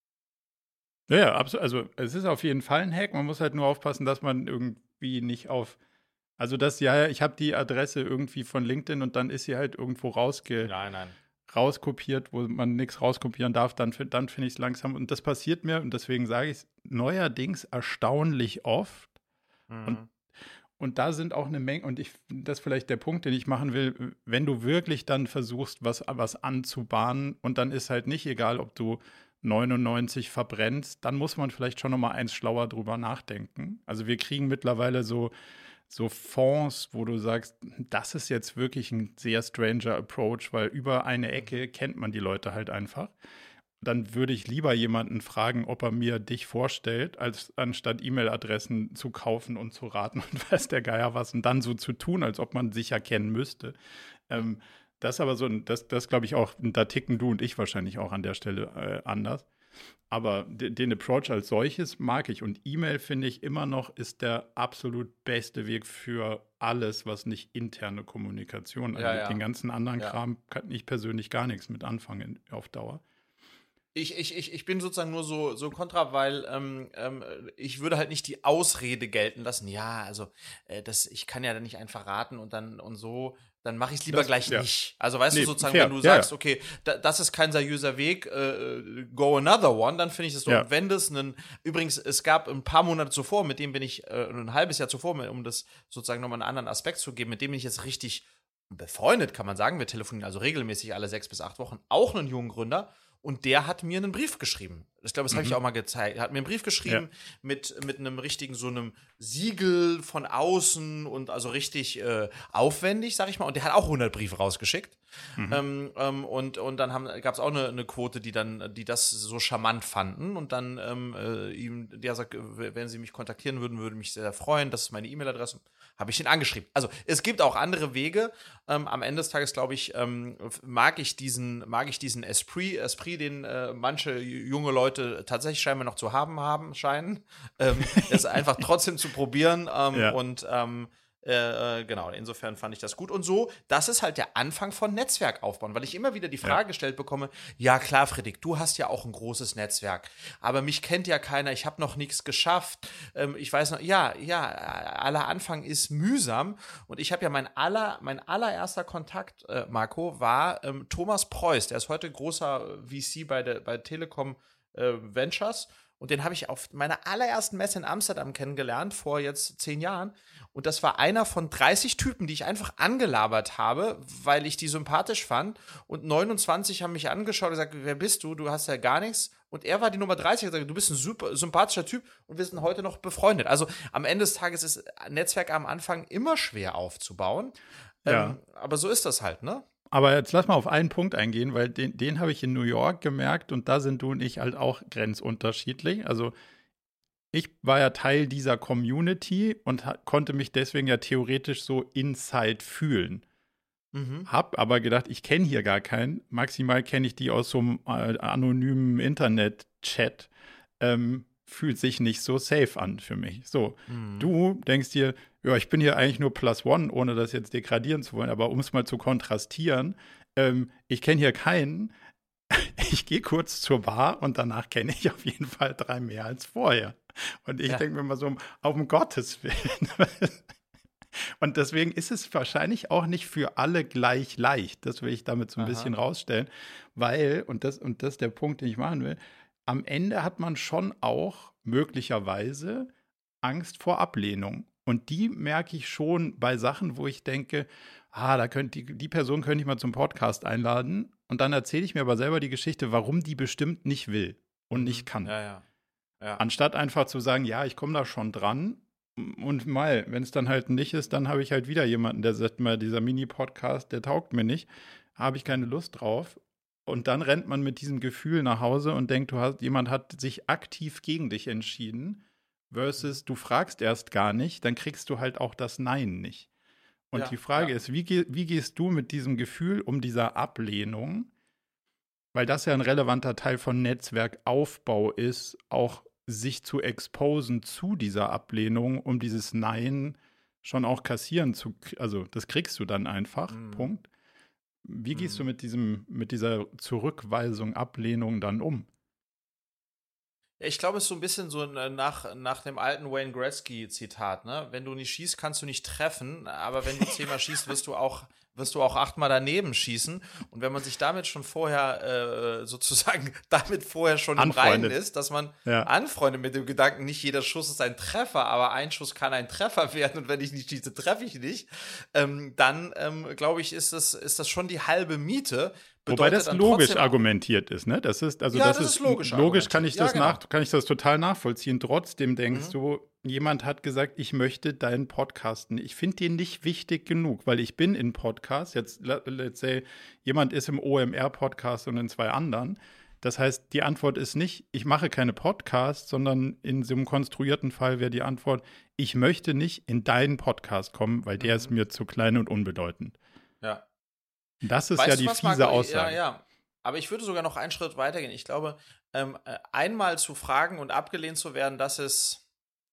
Ja, ja, absolut. Also es ist auf jeden Fall ein Hack. Man muss halt nur aufpassen, dass man irgendwie nicht auf, also das, ja, ja, ich habe die Adresse irgendwie von LinkedIn und dann ist sie halt irgendwo rausge Nein, nein. rauskopiert, wo man nichts rauskopieren darf, dann, dann finde ich es langsam. Und das passiert mir, und deswegen sage ich es neuerdings erstaunlich oft. Mhm. Und, und da sind auch eine Menge, und ich, das ist vielleicht der Punkt, den ich machen will, wenn du wirklich dann versuchst, was, was anzubahnen, und dann ist halt nicht egal, ob du neunundneunzig verbrennst, dann muss man vielleicht schon noch mal eins schlauer drüber nachdenken. Also wir kriegen mittlerweile so, so Fonds, wo du sagst, das ist jetzt wirklich ein sehr stranger Approach, weil über eine Ecke kennt man die Leute halt einfach. Dann würde ich lieber jemanden fragen, ob er mir dich vorstellt, als anstatt E-Mail-Adressen zu kaufen und zu raten und weiß der Geier was und dann so zu tun, als ob man sich erkennen müsste. Ähm, das ist aber so, ein, das, das glaube ich auch, da ticken du und ich wahrscheinlich auch an der Stelle äh, anders. Aber den, den Approach als solches mag ich. Und E-Mail, finde ich, immer noch ist der absolut beste Weg für alles, was nicht interne Kommunikation angeht. Ja, ja. Den ganzen anderen Ja. Kram kann ich persönlich gar nichts mit anfangen auf Dauer. Ich, ich, ich, ich bin sozusagen nur so, so kontra, weil ähm, ähm, ich würde halt nicht die Ausrede gelten lassen, ja, also äh, das, ich kann ja dann nicht einfach raten und dann und so, dann mache ich es lieber Das- gleich ja. nicht. Also weißt Nee, du sozusagen, fair, wenn du ja, sagst, ja. okay, da, das ist kein seriöser Weg, äh, go another one, dann finde ich das so. Ja. Und wenn das einen, übrigens, es gab ein paar Monate zuvor, mit dem bin ich, äh, ein halbes Jahr zuvor, um das sozusagen nochmal einen anderen Aspekt zu geben, mit dem bin ich jetzt richtig befreundet, kann man sagen. Wir telefonieren also regelmäßig alle sechs bis acht Wochen, auch einen jungen Gründer. Und der hat mir einen Brief geschrieben. Ich glaube, das habe ich Mhm. auch mal gezeigt. Er hat mir einen Brief geschrieben Ja. mit, mit einem richtigen, so einem Siegel von außen und also richtig äh, aufwendig, sag ich mal. Und der hat auch hundert Briefe rausgeschickt. Mhm. Ähm, ähm, und, und dann gab es auch eine, eine Quote, die dann, die das so charmant fanden. Und dann ähm, äh, ihm, der sagt, wenn Sie mich kontaktieren würden, würde mich sehr freuen. Das ist meine E-Mail-Adresse. Habe ich ihn angeschrieben. Also es gibt auch andere Wege. Ähm, am Ende des Tages, glaube ich, ähm, mag ich diesen, mag ich diesen Esprit, Esprit, den äh, manche junge Leute tatsächlich scheinbar noch zu haben haben scheinen. Ähm, es einfach trotzdem zu probieren. Ähm, Ja. Und ähm, äh, genau, insofern fand ich das gut. Und so, das ist halt der Anfang von Netzwerk aufbauen, weil ich immer wieder die Frage Ja. gestellt bekomme, ja klar, Friedrich, du hast ja auch ein großes Netzwerk, aber mich kennt ja keiner, ich habe noch nichts geschafft. Ähm, ich weiß noch, ja, ja, aller Anfang ist mühsam und ich habe ja mein aller, mein allererster Kontakt, äh, Marco, war ähm, Thomas Preuß, der ist heute großer V C bei der bei Telekom äh, Ventures. Und den habe ich auf meiner allerersten Messe in Amsterdam kennengelernt, vor jetzt zehn Jahren. Und das war einer von dreißig Typen, die ich einfach angelabert habe, weil ich die sympathisch fand. Und neunundzwanzig haben mich angeschaut und gesagt, wer bist du? Du hast ja gar nichts. Und er war die Nummer dreißig und gesagt, du bist ein super sympathischer Typ und wir sind heute noch befreundet. Also am Ende des Tages ist Netzwerk am Anfang immer schwer aufzubauen. Ja. Ähm, aber so ist das halt, ne? Aber jetzt lass mal auf einen Punkt eingehen, weil den, den habe ich in New York gemerkt und da sind du und ich halt auch grenzunterschiedlich. Also ich war ja Teil dieser Community und ha- konnte mich deswegen ja theoretisch so inside fühlen. Mhm. Hab aber gedacht, ich kenne hier gar keinen. Maximal kenne ich die aus so einem äh, anonymen Internet-Chat. Ähm, fühlt sich nicht so safe an für mich. So, Mhm. du denkst dir, ja, ich bin hier eigentlich nur Plus One, ohne das jetzt degradieren zu wollen, aber um es mal zu kontrastieren, ähm, ich kenne hier keinen. Ich gehe kurz zur Bar und danach kenne ich auf jeden Fall drei mehr als vorher. Und ich Ja. denke mir mal so, auf um Gottes Willen. Und deswegen ist es wahrscheinlich auch nicht für alle gleich leicht. Das will ich damit so ein Aha. bisschen rausstellen. Weil, und das, und das ist der Punkt, den ich machen will, am Ende hat man schon auch möglicherweise Angst vor Ablehnung. Und die merke ich schon bei Sachen, wo ich denke, ah, da könnte die, die Person könnte ich mal zum Podcast einladen. Und dann erzähle ich mir aber selber die Geschichte, warum die bestimmt nicht will und Mhm. nicht kann. Ja, ja. Ja. Anstatt einfach zu sagen, ja, ich komme da schon dran. Und mal, wenn es dann halt nicht ist, dann habe ich halt wieder jemanden, der sagt mal, dieser Mini-Podcast, der taugt mir nicht, habe ich keine Lust drauf. Und dann rennt man mit diesem Gefühl nach Hause und denkt, du hast, jemand hat sich aktiv gegen dich entschieden, versus du fragst erst gar nicht, dann kriegst du halt auch das Nein nicht. Und Ja, die Frage ja. ist, wie, geh, wie gehst du mit diesem Gefühl um dieser Ablehnung weil das ja ein relevanter Teil von Netzwerkaufbau ist, auch sich zu exposen zu dieser Ablehnung, um dieses Nein schon auch kassieren zu, also das kriegst du dann einfach, mhm. Punkt. Wie gehst mhm. du mit diesem, mit dieser Zurückweisung, Ablehnung dann um? Ich glaube, es ist so ein bisschen so nach, nach dem alten Wayne Gretzky-Zitat, ne? Wenn du nicht schießt, kannst du nicht treffen, aber wenn du zehnmal schießt, wirst du auch, wirst du auch achtmal daneben schießen. Und wenn man sich damit schon vorher, äh, sozusagen, damit vorher schon im Reinen ist, dass man ja. anfreundet mit dem Gedanken, nicht jeder Schuss ist ein Treffer, aber ein Schuss kann ein Treffer werden und wenn ich nicht schieße, treffe ich nicht, ähm, dann, ähm, glaube ich, ist das, ist das schon die halbe Miete. Wobei das logisch argumentiert ist, ne? Das ist, also ja, das, das ist, ist logisch. Logisch kann ich das ja, genau. nach, kann ich das total nachvollziehen. Trotzdem denkst mhm. du, jemand hat gesagt, ich möchte deinen Podcasten. Ich finde den nicht wichtig genug, weil ich bin in Podcasts. Jetzt, let's say, jemand ist im O M R-Podcast und in zwei anderen. Das heißt, die Antwort ist nicht, ich mache keine Podcasts, sondern in so einem konstruierten Fall wäre die Antwort, ich möchte nicht in deinen Podcast kommen, weil der mhm. ist mir zu klein und unbedeutend. Ja. Das ist weißt ja die was, fiese Marco? Aussage. Ja, ja. Aber ich würde sogar noch einen Schritt weitergehen. Ich glaube, ähm, einmal zu fragen und abgelehnt zu werden, das ist,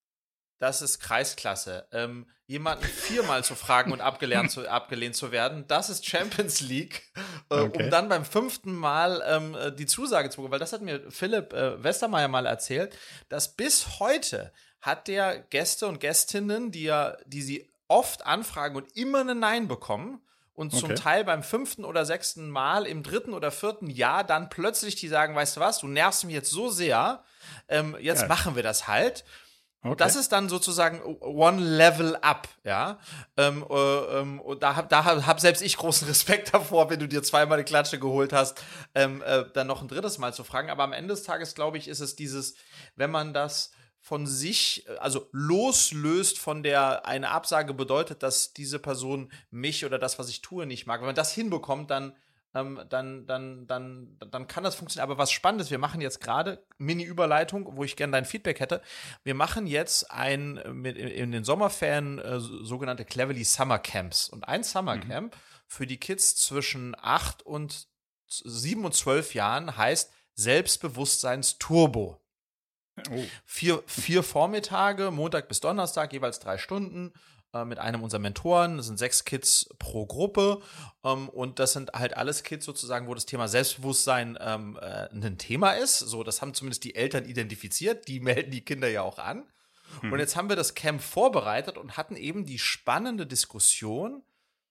das ist Kreisklasse. Ähm, jemanden viermal zu fragen und abgelehnt zu, abgelehnt zu werden, das ist Champions League. Äh, okay. Um dann beim fünften Mal ähm, die Zusage zu bekommen. Weil das hat mir Philipp äh, Westermeier mal erzählt, dass bis heute hat der Gäste und Gästinnen, die, ja, die sie oft anfragen und immer ein Nein bekommen, und zum okay. Teil beim fünften oder sechsten Mal, im dritten oder vierten Jahr dann plötzlich die sagen, weißt du was, du nervst mich jetzt so sehr, ähm, jetzt ja. machen wir das halt. Okay. Das ist dann sozusagen one level up, ja. Ähm, äh, ähm, und da hab, da hab, hab selbst ich großen Respekt davor, wenn du dir zweimal eine Klatsche geholt hast, ähm, äh, dann noch ein drittes Mal zu fragen. Aber am Ende des Tages, glaube ich, ist es dieses, wenn man das von sich, also loslöst von der, eine Absage bedeutet, dass diese Person mich oder das, was ich tue, nicht mag. Wenn man das hinbekommt, dann, ähm, dann, dann, dann, dann kann das funktionieren. Aber was spannend ist, wir machen jetzt gerade Mini-Überleitung, wo ich gerne dein Feedback hätte. Wir machen jetzt ein, mit, in den Sommerferien äh, sogenannte Cleverly Summer Camps. Und ein Summer Camp mhm. für die Kids zwischen acht und sieben und zwölf Jahren heißt Selbstbewusstseins-Turbo. Oh. Vier, vier Vormittage, Montag bis Donnerstag, jeweils drei Stunden äh, mit einem unserer Mentoren. Das sind sechs Kids pro Gruppe ähm, und das sind halt alles Kids sozusagen, wo das Thema Selbstbewusstsein ähm, äh, ein Thema ist. So, das haben zumindest die Eltern identifiziert, die melden die Kinder ja auch an. Hm. Und jetzt haben wir das Camp vorbereitet und hatten eben die spannende Diskussion,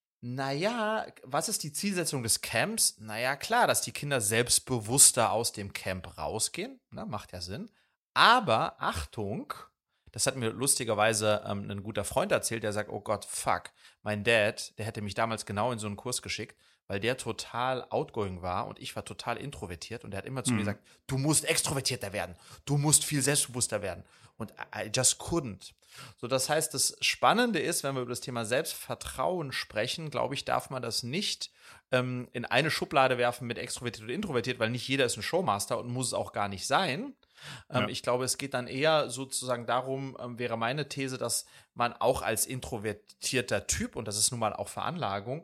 naja, was ist die Zielsetzung des Camps? Naja, klar, dass die Kinder selbstbewusster aus dem Camp rausgehen, ne, macht ja Sinn. Aber Achtung, das hat mir lustigerweise ähm, ein guter Freund erzählt, der sagt, oh Gott, fuck, mein Dad, der hätte mich damals genau in so einen Kurs geschickt, weil der total outgoing war und ich war total introvertiert und der hat immer zu mhm. mir gesagt, du musst extrovertierter werden, du musst viel selbstbewusster werden und I just couldn't. So, das heißt, das Spannende ist, wenn wir über das Thema Selbstvertrauen sprechen, glaube ich, darf man das nicht ähm, in eine Schublade werfen mit extrovertiert oder introvertiert, weil nicht jeder ist ein Showmaster und muss es auch gar nicht sein. Ähm, ja. Ich glaube, es geht dann eher sozusagen darum, ähm, wäre meine These, dass man auch als introvertierter Typ, und das ist nun mal auch Veranlagung,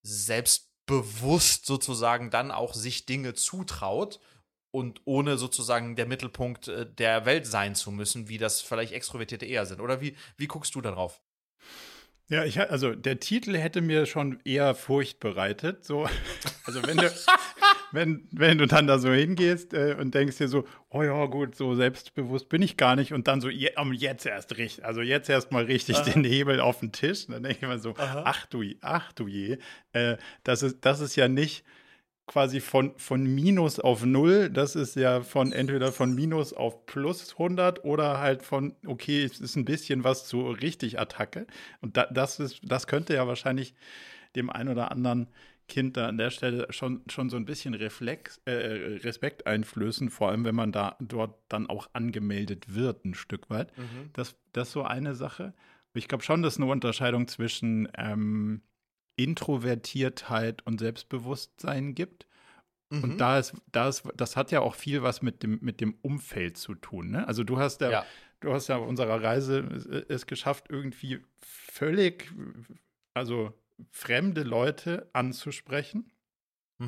selbstbewusst sozusagen dann auch sich Dinge zutraut und ohne sozusagen der Mittelpunkt äh, der Welt sein zu müssen, wie das vielleicht Extrovertierte eher sind. Oder wie, wie guckst du darauf? Ja, ich, also der Titel hätte mir schon eher Furcht bereitet. So. Also wenn du, wenn, wenn du dann da so hingehst äh, und denkst dir so, oh ja, gut, so selbstbewusst bin ich gar nicht und dann so, je, um, jetzt erst richtig, also jetzt erst mal richtig Aha. den Hebel auf den Tisch. Und dann denke ich mir so, Aha. ach du, ach du je, äh, das ist, das ist ja nicht quasi von, von Minus auf Null, das ist ja von entweder von Minus auf plus hundert oder halt von, okay, es ist ein bisschen was zu richtig Attacke. Und da, das ist, das könnte ja wahrscheinlich dem einen oder anderen Kind da an der Stelle schon, schon so ein bisschen Reflex, äh, Respekt einflößen, vor allem wenn man da dort dann auch angemeldet wird, ein Stück weit. Mhm. Das, das ist so eine Sache. Ich glaube schon, dass eine Unterscheidung zwischen ähm, Introvertiertheit und Selbstbewusstsein gibt. Mhm. Und da ist, da ist, das hat ja auch viel was mit dem, mit dem Umfeld zu tun. Ne? Also du hast ja, ja. du hast ja auf unserer Reise es geschafft, irgendwie völlig, also fremde Leute anzusprechen. Mhm.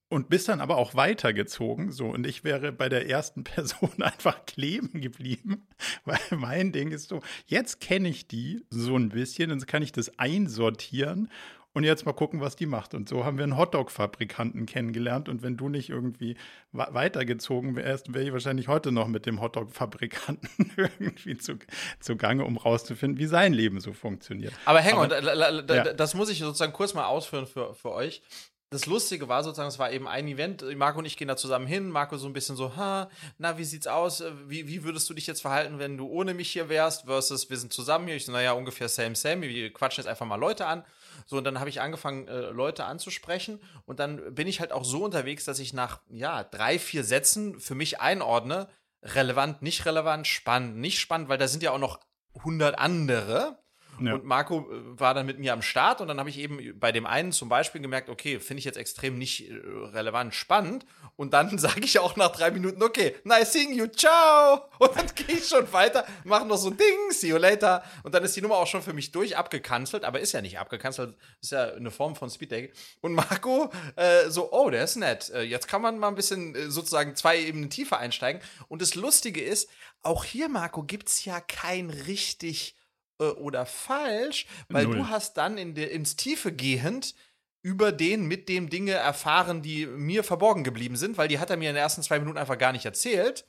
Und bist dann aber auch weitergezogen, so, und ich wäre bei der ersten Person einfach kleben geblieben, weil mein Ding ist so, jetzt kenne ich die so ein bisschen, dann kann ich das einsortieren und jetzt mal gucken, was die macht. Und so haben wir einen Hotdog-Fabrikanten kennengelernt und wenn du nicht irgendwie wa- weitergezogen wärst, wäre ich wahrscheinlich heute noch mit dem Hotdog-Fabrikanten irgendwie zu, zugange, um rauszufinden, wie sein Leben so funktioniert. Aber hang on, ja. das muss ich sozusagen kurz mal ausführen für, für euch. Das Lustige war sozusagen, es war eben ein Event, Marco und ich gehen da zusammen hin, Marco so ein bisschen so, ha, na, wie sieht's aus, wie, wie würdest du dich jetzt verhalten, wenn du ohne mich hier wärst, versus wir sind zusammen hier, ich so, naja, ungefähr same, same, wir quatschen jetzt einfach mal Leute an, so, und dann habe ich angefangen, äh, Leute anzusprechen und dann bin ich halt auch so unterwegs, dass ich nach, ja, drei, vier Sätzen für mich einordne, relevant, nicht relevant, spannend, nicht spannend, weil da sind ja auch noch hundert andere. Ja. Und Marco war dann mit mir am Start und dann habe ich eben bei dem einen zum Beispiel gemerkt, okay, finde ich jetzt extrem nicht relevant, spannend. Und dann sage ich auch nach drei Minuten, okay, nice seeing you, ciao. Und dann gehe ich schon weiter, mache noch so ein Ding, see you later. Und dann ist die Nummer auch schon für mich durch, abgekanzelt, aber ist ja nicht abgekanzelt, ist ja eine Form von Speeddating. Und Marco äh, so, oh, der ist nett. Äh, jetzt kann man mal ein bisschen äh, sozusagen zwei Ebenen tiefer einsteigen. Und das Lustige ist, auch hier, Marco, gibt es ja kein richtig oder falsch, weil Null. Du hast dann in de, ins Tiefe gehend über den mit dem Dinge erfahren, die mir verborgen geblieben sind, weil die hat er mir in den ersten zwei Minuten einfach gar nicht erzählt.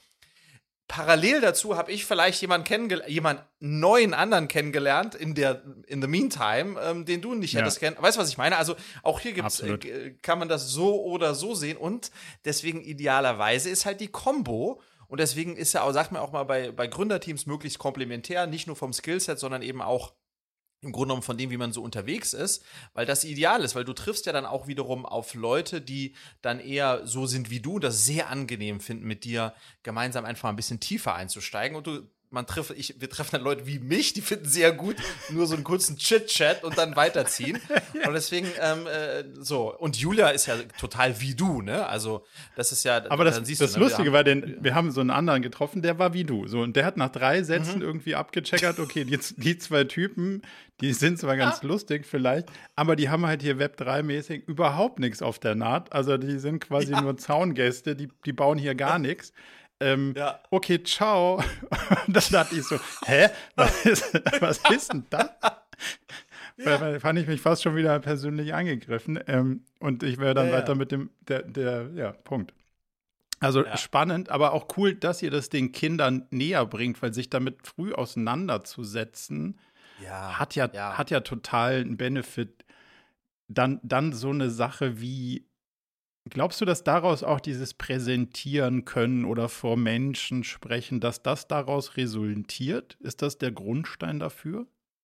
Parallel dazu habe ich vielleicht jemanden kennengelernt, jemanden neuen anderen kennengelernt in der in the meantime, ähm, den du nicht ja. hättest kennen. Weißt du, was ich meine? Also auch hier gibt's, äh, kann man das so oder so sehen und deswegen idealerweise ist halt die Kombo. Und deswegen ist ja auch, sagt man auch mal, bei, bei Gründerteams möglichst komplementär, nicht nur vom Skillset, sondern eben auch im Grunde genommen von dem, wie man so unterwegs ist, weil das ideal ist, weil du triffst ja dann auch wiederum auf Leute, die dann eher so sind wie du, das sehr angenehm finden, mit dir gemeinsam einfach ein bisschen tiefer einzusteigen und du man trifft, ich, wir treffen dann Leute wie mich, die finden sehr gut, nur so einen kurzen Chit-Chat und dann weiterziehen. Ja. Und deswegen, ähm, äh, so. Und Julia ist ja total wie du, ne? Also, das ist ja. Aber das, dann siehst das du, ne? Lustige wir war, den, wir haben so einen anderen getroffen, der war wie du. So, und der hat nach drei Sätzen mhm. irgendwie abgecheckert, okay, die, die zwei Typen, die sind zwar ganz ja. lustig vielleicht, aber die haben halt hier Web drei mäßig überhaupt nichts auf der Naht. Also, die sind quasi ja. nur Zaungäste, die, die bauen hier gar nichts. Ähm, ja. Okay, ciao. Und dann dachte ich so, hä? Was ist, was ist denn das? Ja. Da fand ich mich fast schon wieder persönlich angegriffen. Ähm, und ich wäre dann ja, weiter ja. mit dem, der, der, ja, Punkt. Also ja. spannend, aber auch cool, dass ihr das den Kindern näher bringt, weil sich damit früh auseinanderzusetzen, ja. Hat, ja, ja. hat ja total einen Benefit. Dann, dann so eine Sache wie, glaubst du, dass daraus auch dieses Präsentieren können oder vor Menschen sprechen, dass das daraus resultiert? Ist das der Grundstein dafür?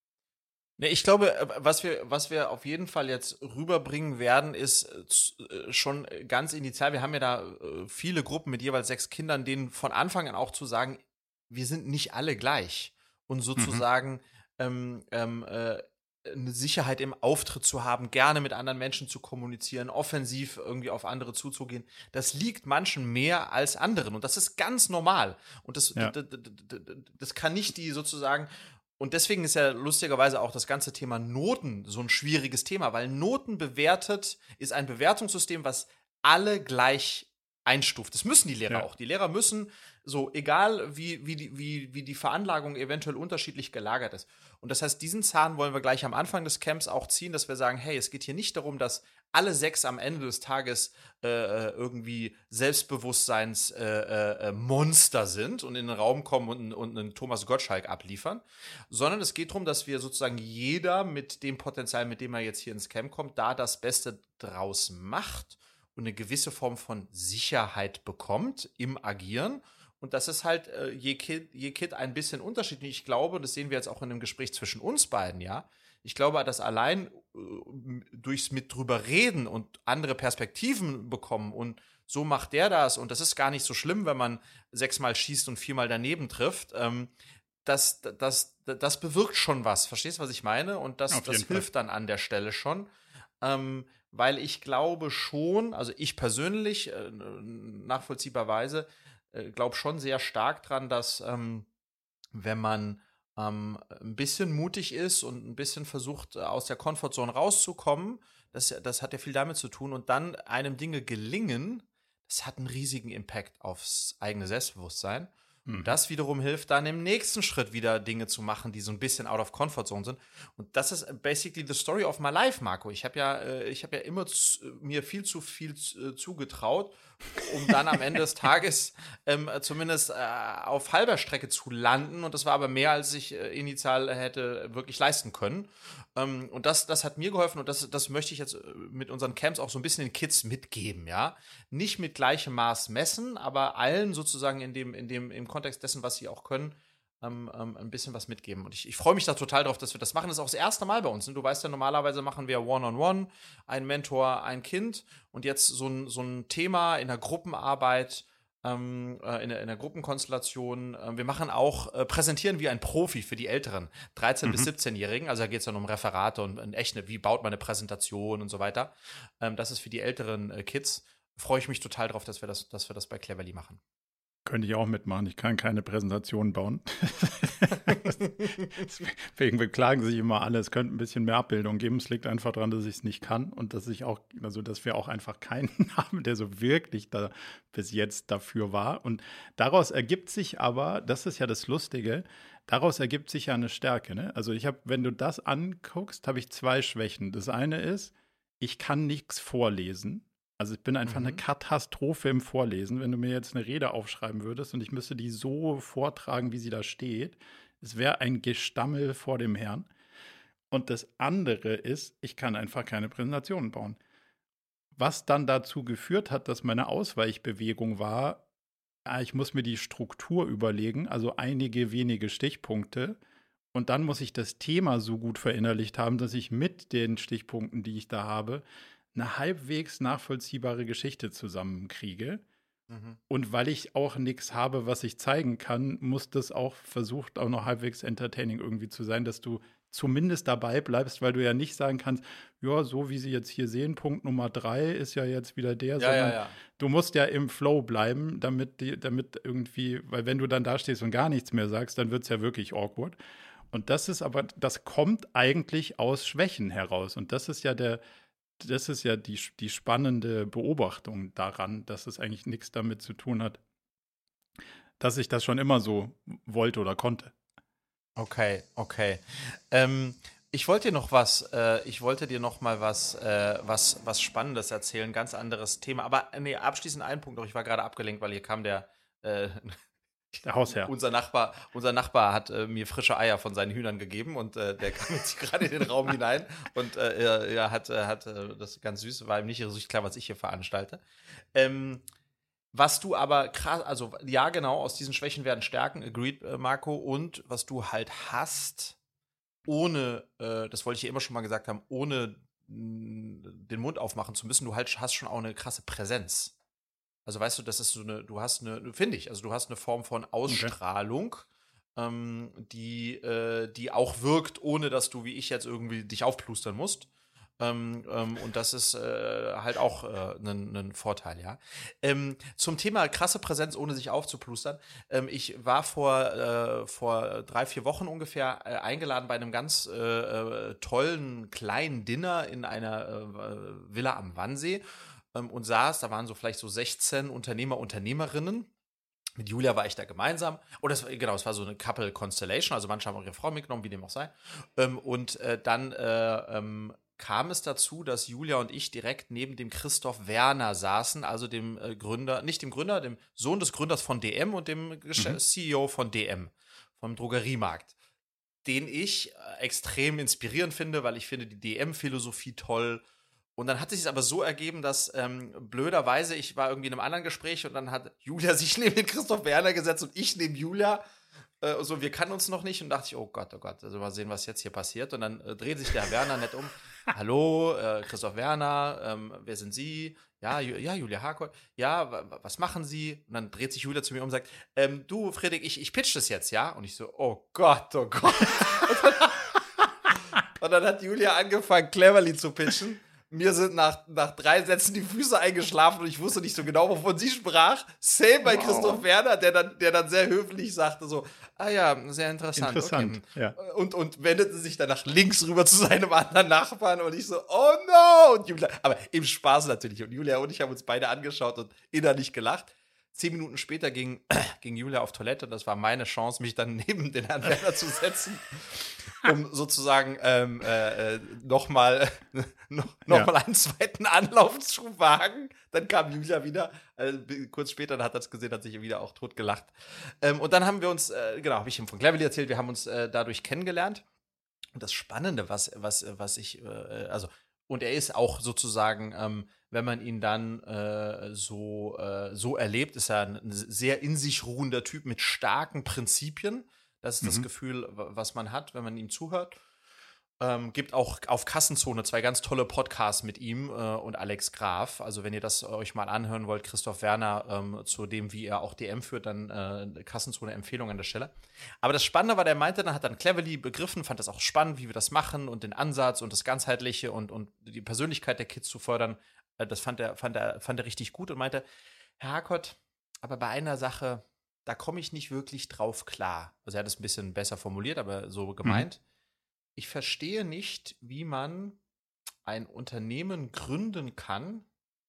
Ne, ich glaube, was wir, was wir auf jeden Fall jetzt rüberbringen werden, ist schon ganz initial. Wir haben ja da viele Gruppen mit jeweils sechs Kindern, denen von Anfang an auch zu sagen, wir sind nicht alle gleich. Und sozusagen mhm. ähm, ähm, äh, eine Sicherheit im Auftritt zu haben, gerne mit anderen Menschen zu kommunizieren, offensiv irgendwie auf andere zuzugehen, das liegt manchen mehr als anderen und das ist ganz normal und das, ja. das, das, das, das kann nicht die sozusagen, und deswegen ist ja lustigerweise auch das ganze Thema Noten so ein schwieriges Thema, weil Noten bewertet ist ein Bewertungssystem, was alle gleich einstuft. Das müssen die Lehrer ja. auch. Die Lehrer müssen so, egal wie, wie, die, wie, wie die Veranlagung eventuell unterschiedlich gelagert ist. Und das heißt, diesen Zahn wollen wir gleich am Anfang des Camps auch ziehen, dass wir sagen, hey, es geht hier nicht darum, dass alle sechs am Ende des Tages äh, irgendwie Selbstbewusstseins-Monster äh, äh, sind und in den Raum kommen und, und einen Thomas Gottschalk abliefern, sondern es geht darum, dass wir sozusagen jeder mit dem Potenzial, mit dem er jetzt hier ins Camp kommt, da das Beste draus macht und eine gewisse Form von Sicherheit bekommt im Agieren. Und das ist halt äh, je, Kid, je Kid ein bisschen unterschiedlich. Ich glaube, und das sehen wir jetzt auch in dem Gespräch zwischen uns beiden, ja. Ich glaube, dass allein äh, durchs mit drüber reden und andere Perspektiven bekommen und so macht der das und das ist gar nicht so schlimm, wenn man sechsmal schießt und viermal daneben trifft. Ähm, das, das, das bewirkt schon was. Verstehst du, was ich meine? Und das, das hilft Fall. Dann an der Stelle schon. Ähm, weil ich glaube schon, also ich persönlich, äh, nachvollziehbarweise, äh, glaube schon sehr stark dran, dass ähm, wenn man ähm, ein bisschen mutig ist und ein bisschen versucht, aus der Komfortzone rauszukommen, das, das hat ja viel damit zu tun. Und dann einem Dinge gelingen, das hat einen riesigen Impact aufs eigene Selbstbewusstsein. Und das wiederum hilft dann im nächsten Schritt wieder Dinge zu machen, die so ein bisschen out of comfort zone sind. Und das ist basically the story of my life, Marco. Ich habe ja, äh, ich habe ja immer zu, mir viel zu viel äh, zugetraut, um dann am Ende des Tages ähm, zumindest äh, auf halber Strecke zu landen. Und das war aber mehr, als ich äh, initial hätte wirklich leisten können. Ähm, und das, das hat mir geholfen und das, das möchte ich jetzt mit unseren Camps auch so ein bisschen den Kids mitgeben, ja. Nicht mit gleichem Maß messen, aber allen sozusagen in dem, in dem, im Kontext dessen, was sie auch können, ähm, ähm, ein bisschen was mitgeben. Und ich, ich freue mich da total drauf, dass wir das machen. Das ist auch das erste Mal bei uns. Ne? Du weißt ja, normalerweise machen wir One-on-One, ein Mentor, ein Kind und jetzt so ein, so ein Thema in der Gruppenarbeit, ähm, äh, in, der, in der Gruppenkonstellation. Äh, wir machen auch, äh, präsentieren wie ein Profi für die älteren dreizehn- mhm. bis siebzehn-Jährigen. Also da geht es dann um Referate und, und echt, wie baut man eine Präsentation und so weiter. Ähm, das ist für die älteren äh, Kids. Freue ich mich total drauf, dass wir das, dass wir das bei Cleverly machen. Könnte ich auch mitmachen. Ich kann keine Präsentationen bauen. Deswegen beklagen sich immer alle, es könnte ein bisschen mehr Abbildung geben. Es liegt einfach daran, dass ich es nicht kann und dass ich auch, also dass wir auch einfach keinen haben, der so wirklich da bis jetzt dafür war. Und daraus ergibt sich aber, das ist ja das Lustige, daraus ergibt sich ja eine Stärke. Ne? Also ich habe, wenn du das anguckst, habe ich zwei Schwächen. Das eine ist, ich kann nichts vorlesen. Also ich bin einfach mhm. eine Katastrophe im Vorlesen. Wenn du mir jetzt eine Rede aufschreiben würdest und ich müsste die so vortragen, wie sie da steht, es wäre ein Gestammel vor dem Herrn. Und das andere ist, ich kann einfach keine Präsentationen bauen. Was dann dazu geführt hat, dass meine Ausweichbewegung war, ich muss mir die Struktur überlegen, also einige wenige Stichpunkte. Und dann muss ich das Thema so gut verinnerlicht haben, dass ich mit den Stichpunkten, die ich da habe, eine halbwegs nachvollziehbare Geschichte zusammenkriege. Mhm. Und weil ich auch nichts habe, was ich zeigen kann, muss das auch versucht, auch noch halbwegs entertaining irgendwie zu sein, dass du zumindest dabei bleibst, weil du ja nicht sagen kannst, ja, so wie Sie jetzt hier sehen, Punkt Nummer drei ist ja jetzt wieder der, ja, sondern ja, ja. du musst ja im Flow bleiben, damit, die, damit irgendwie, weil wenn du dann da stehst und gar nichts mehr sagst, dann wird es ja wirklich awkward. Und das ist aber, das kommt eigentlich aus Schwächen heraus. Und das ist ja der Das ist ja die, die spannende Beobachtung daran, dass es eigentlich nichts damit zu tun hat, dass ich das schon immer so wollte oder konnte. Okay, okay. Ähm, ich wollte dir noch was, äh, ich wollte dir noch mal was, äh, was, was Spannendes erzählen, ganz anderes Thema. Aber nee, abschließend einen Punkt noch. Ich war gerade abgelenkt, weil hier kam der äh, Der Hausherr. Unser Nachbar, unser Nachbar hat äh, mir frische Eier von seinen Hühnern gegeben und äh, der kam jetzt gerade in den Raum hinein und äh, er, er hat, äh, hat äh, das ganz süß, war ihm nicht so klar, was ich hier veranstalte. Ähm, was du aber krass, also ja genau, aus diesen Schwächen werden Stärken, agreed, äh, Marco, und was du halt hast, ohne, äh, das wollte ich ja immer schon mal gesagt haben, ohne mh, den Mund aufmachen zu müssen, du halt hast schon auch eine krasse Präsenz. Also weißt du, das ist so eine, du hast eine, finde ich, also du hast eine Form von Ausstrahlung, okay. ähm, die, äh, die auch wirkt, ohne dass du, wie ich jetzt, irgendwie dich aufplustern musst. Ähm, ähm, und das ist äh, halt auch ein äh, Vorteil, ja. Ähm, zum Thema krasse Präsenz, ohne sich aufzuplustern. Ähm, ich war vor, äh, vor drei, vier Wochen ungefähr äh, eingeladen bei einem ganz äh, äh, tollen kleinen Dinner in einer äh, Villa am Wannsee. Und saß, da waren so vielleicht so sechzehn Unternehmer, Unternehmerinnen. Mit Julia war ich da gemeinsam. Und das, genau, es war so eine Couple Constellation, also manche haben auch ihre Frau mitgenommen, wie dem auch sei. Und äh, dann äh, ähm, kam es dazu, dass Julia und ich direkt neben dem Christoph Werner saßen, also dem äh, Gründer, nicht dem Gründer, dem Sohn des Gründers von D M und dem mhm. C E O von D M, vom Drogeriemarkt, den ich äh, extrem inspirierend finde, weil ich finde die D M-Philosophie toll. Und dann hat sich es aber so ergeben, dass ähm, blöderweise, ich war irgendwie in einem anderen Gespräch und dann hat Julia sich neben den Christoph Werner gesetzt und ich neben Julia. Äh, so, wir kannten uns noch nicht und dachte ich, oh Gott, oh Gott, also mal sehen, was jetzt hier passiert. Und dann äh, dreht sich der Herr Werner nett um. Hallo, äh, Christoph Werner, ähm, wer sind Sie? Ja, Ju- ja, Julia Harcourt. Ja, w- was machen Sie? Und dann dreht sich Julia zu mir um und sagt, ähm, du, Friedrich, ich, ich pitch das jetzt, ja? Und ich so, oh Gott, oh Gott. Und dann, und dann hat Julia angefangen, Cleverly zu pitchen. Mir sind nach, nach drei Sätzen die Füße eingeschlafen und ich wusste nicht so genau, wovon sie sprach. Same bei wow. Christoph Werner, der dann, der dann sehr höflich sagte so, ah ja, sehr interessant. Interessant, okay. ja. Und, und wendete sich dann nach links rüber zu seinem anderen Nachbarn und ich so, oh no! Und Julia, aber im Spaß natürlich. Und Julia und ich haben uns beide angeschaut und innerlich gelacht. Zehn Minuten später ging, ging Julia auf Toilette und das war meine Chance, mich dann neben den Herrn Werner zu setzen, um sozusagen ähm, äh, nochmal noch, noch ja. mal einen zweiten Anlauf zu wagen. Dann kam Julia wieder, äh, kurz später, dann hat er es gesehen, hat sich wieder auch tot gelacht. Ähm, und dann haben wir uns, äh, genau, habe ich ihm von Cleverly erzählt, wir haben uns äh, dadurch kennengelernt. Und das Spannende, was, was, was ich, äh, also, und er ist auch sozusagen, ähm, wenn man ihn dann äh, so, äh, so erlebt, ist er ein sehr in sich ruhender Typ mit starken Prinzipien. Das ist mhm. das Gefühl, was man hat, wenn man ihm zuhört. Ähm, gibt auch auf Kassenzone zwei ganz tolle Podcasts mit ihm äh, und Alex Graf. Also wenn ihr das euch mal anhören wollt, Christoph Werner, ähm, zu dem, wie er auch D M führt, dann äh, Kassenzone-Empfehlung an der Stelle. Aber das Spannende war, der meinte, dann hat dann Cleverly begriffen, fand das auch spannend, wie wir das machen und den Ansatz und das Ganzheitliche und, und die Persönlichkeit der Kids zu fördern. Äh, das fand er, fand, er, fand er richtig gut und meinte, Herr Harkott, aber bei einer Sache, da komme ich nicht wirklich drauf klar. Also er hat es ein bisschen besser formuliert, aber so gemeint. Mhm. Ich verstehe nicht, wie man ein Unternehmen gründen kann,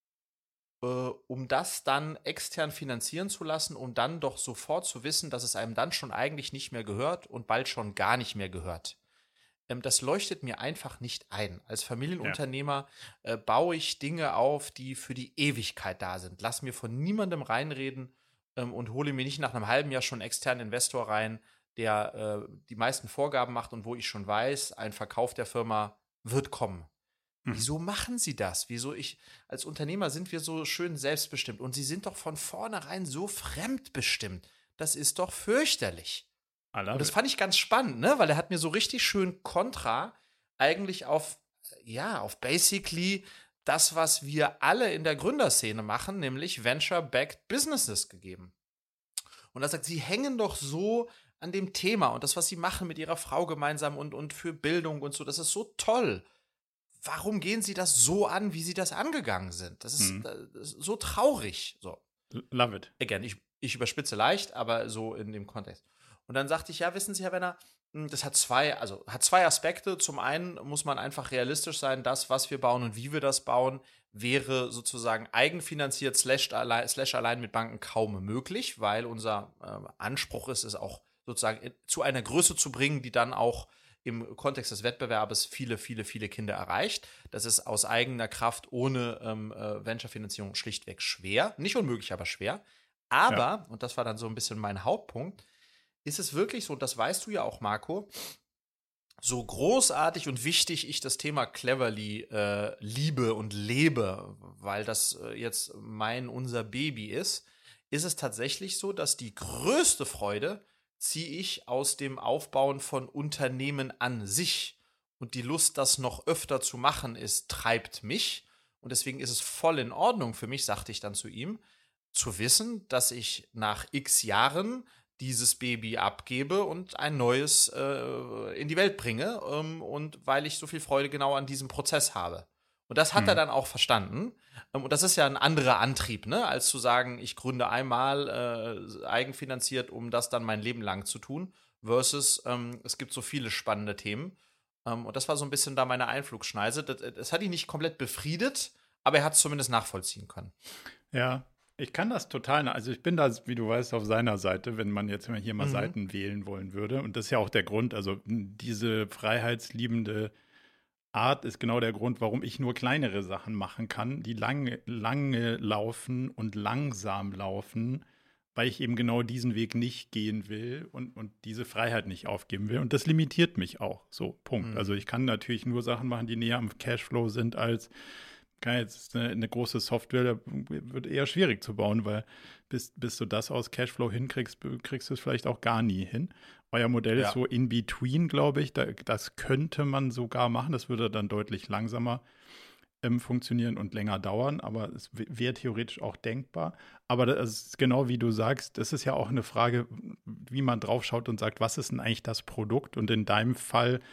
äh, um das dann extern finanzieren zu lassen, um dann doch sofort zu wissen, dass es einem dann schon eigentlich nicht mehr gehört und bald schon gar nicht mehr gehört. Ähm, das leuchtet mir einfach nicht ein. Als Familienunternehmer ja. äh, baue ich Dinge auf, die für die Ewigkeit da sind. Lass mir von niemandem reinreden ähm, und hole mir nicht nach einem halben Jahr schon einen externen Investor rein, der äh, die meisten Vorgaben macht und wo ich schon weiß, ein Verkauf der Firma wird kommen. Mhm. Wieso machen sie das? Wieso ich, als Unternehmer sind wir so schön selbstbestimmt und sie sind doch von vornherein so fremdbestimmt. Das ist doch fürchterlich. Und das fand ich ganz spannend, ne? Weil er hat mir so richtig schön kontra eigentlich auf, ja, auf basically das, was wir alle in der Gründerszene machen, nämlich Venture-Backed Businesses gegeben. Und er sagt, sie hängen doch so an dem Thema und das, was sie machen mit ihrer Frau gemeinsam und, und für Bildung und so, das ist so toll. Warum gehen sie das so an, wie sie das angegangen sind? Das ist, mhm. das ist so traurig. So. Love it. Again, ich, ich überspitze leicht, aber so in dem Kontext. Und dann sagte ich, ja, wissen Sie, Herr Werner, das hat zwei, also hat zwei Aspekte. Zum einen muss man einfach realistisch sein, das, was wir bauen und wie wir das bauen, wäre sozusagen eigenfinanziert slash allein, slash allein mit Banken kaum möglich, weil unser äh, Anspruch ist, es auch sozusagen zu einer Größe zu bringen, die dann auch im Kontext des Wettbewerbes viele, viele, viele Kinder erreicht. Das ist aus eigener Kraft ohne ähm, äh, Venture-Finanzierung schlichtweg schwer. Nicht unmöglich, aber schwer. Aber, ja. und das war dann so ein bisschen mein Hauptpunkt, ist es wirklich so, und das weißt du ja auch, Marco, so großartig und wichtig ich das Thema Cleverly äh, liebe und lebe, weil das äh, jetzt mein, unser Baby ist, ist es tatsächlich so, dass die größte Freude ziehe ich aus dem Aufbauen von Unternehmen an sich. Und die Lust, das noch öfter zu machen, ist, treibt mich. Und deswegen ist es voll in Ordnung für mich, sagte ich dann zu ihm, zu wissen, dass ich nach x Jahren dieses Baby abgebe und ein neues äh, in die Welt bringe. Ähm, und weil ich so viel Freude genau an diesem Prozess habe. Und das hat mhm. er dann auch verstanden. Und das ist ja ein anderer Antrieb, ne, als zu sagen, ich gründe einmal äh, eigenfinanziert, um das dann mein Leben lang zu tun, versus ähm, es gibt so viele spannende Themen. Ähm, und das war so ein bisschen da meine Einflugschneise. Das, das hat ihn nicht komplett befriedet, aber er hat es zumindest nachvollziehen können. Ja, ich kann das total, also ich bin da, wie du weißt, auf seiner Seite, wenn man jetzt hier mal mhm. Seiten wählen wollen würde. Und das ist ja auch der Grund, also diese freiheitsliebende Art ist genau der Grund, warum ich nur kleinere Sachen machen kann, die lange, lange laufen und langsam laufen, weil ich eben genau diesen Weg nicht gehen will und, und diese Freiheit nicht aufgeben will. Und das limitiert mich auch. So, Punkt. Mhm. Also ich kann natürlich nur Sachen machen, die näher am Cashflow sind als kann jetzt eine, eine große Software, da wird eher schwierig zu bauen, weil bis, bis du das aus Cashflow hinkriegst, kriegst du es vielleicht auch gar nie hin. Euer Modell ja. ist so in between, glaube ich. Da, das könnte man sogar machen. Das würde dann deutlich langsamer ähm, funktionieren und länger dauern. Aber es wäre theoretisch auch denkbar. Aber das ist genau wie du sagst, das ist ja auch eine Frage, wie man drauf schaut und sagt, was ist denn eigentlich das Produkt? Und in deinem Fall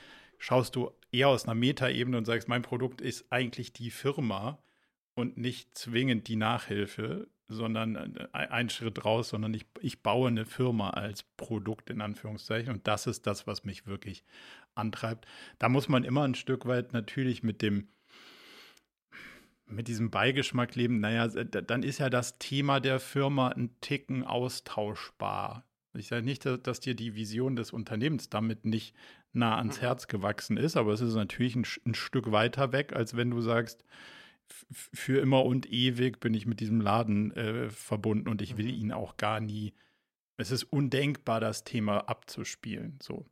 schaust du eher aus einer Metaebene und sagst, mein Produkt ist eigentlich die Firma und nicht zwingend die Nachhilfe, sondern ein Schritt raus, sondern ich, ich baue eine Firma als Produkt in Anführungszeichen und das ist das, was mich wirklich antreibt. Da muss man immer ein Stück weit natürlich mit dem mit diesem Beigeschmack leben, naja, dann ist ja das Thema der Firma ein Ticken austauschbar. Ich sage nicht, dass dir die Vision des Unternehmens damit nicht nah ans Herz gewachsen ist, aber es ist natürlich ein, ein Stück weiter weg, als wenn du sagst, für immer und ewig bin ich mit diesem Laden äh, verbunden und ich will ihn auch gar nie. Es ist undenkbar, das Thema abzuspielen. So.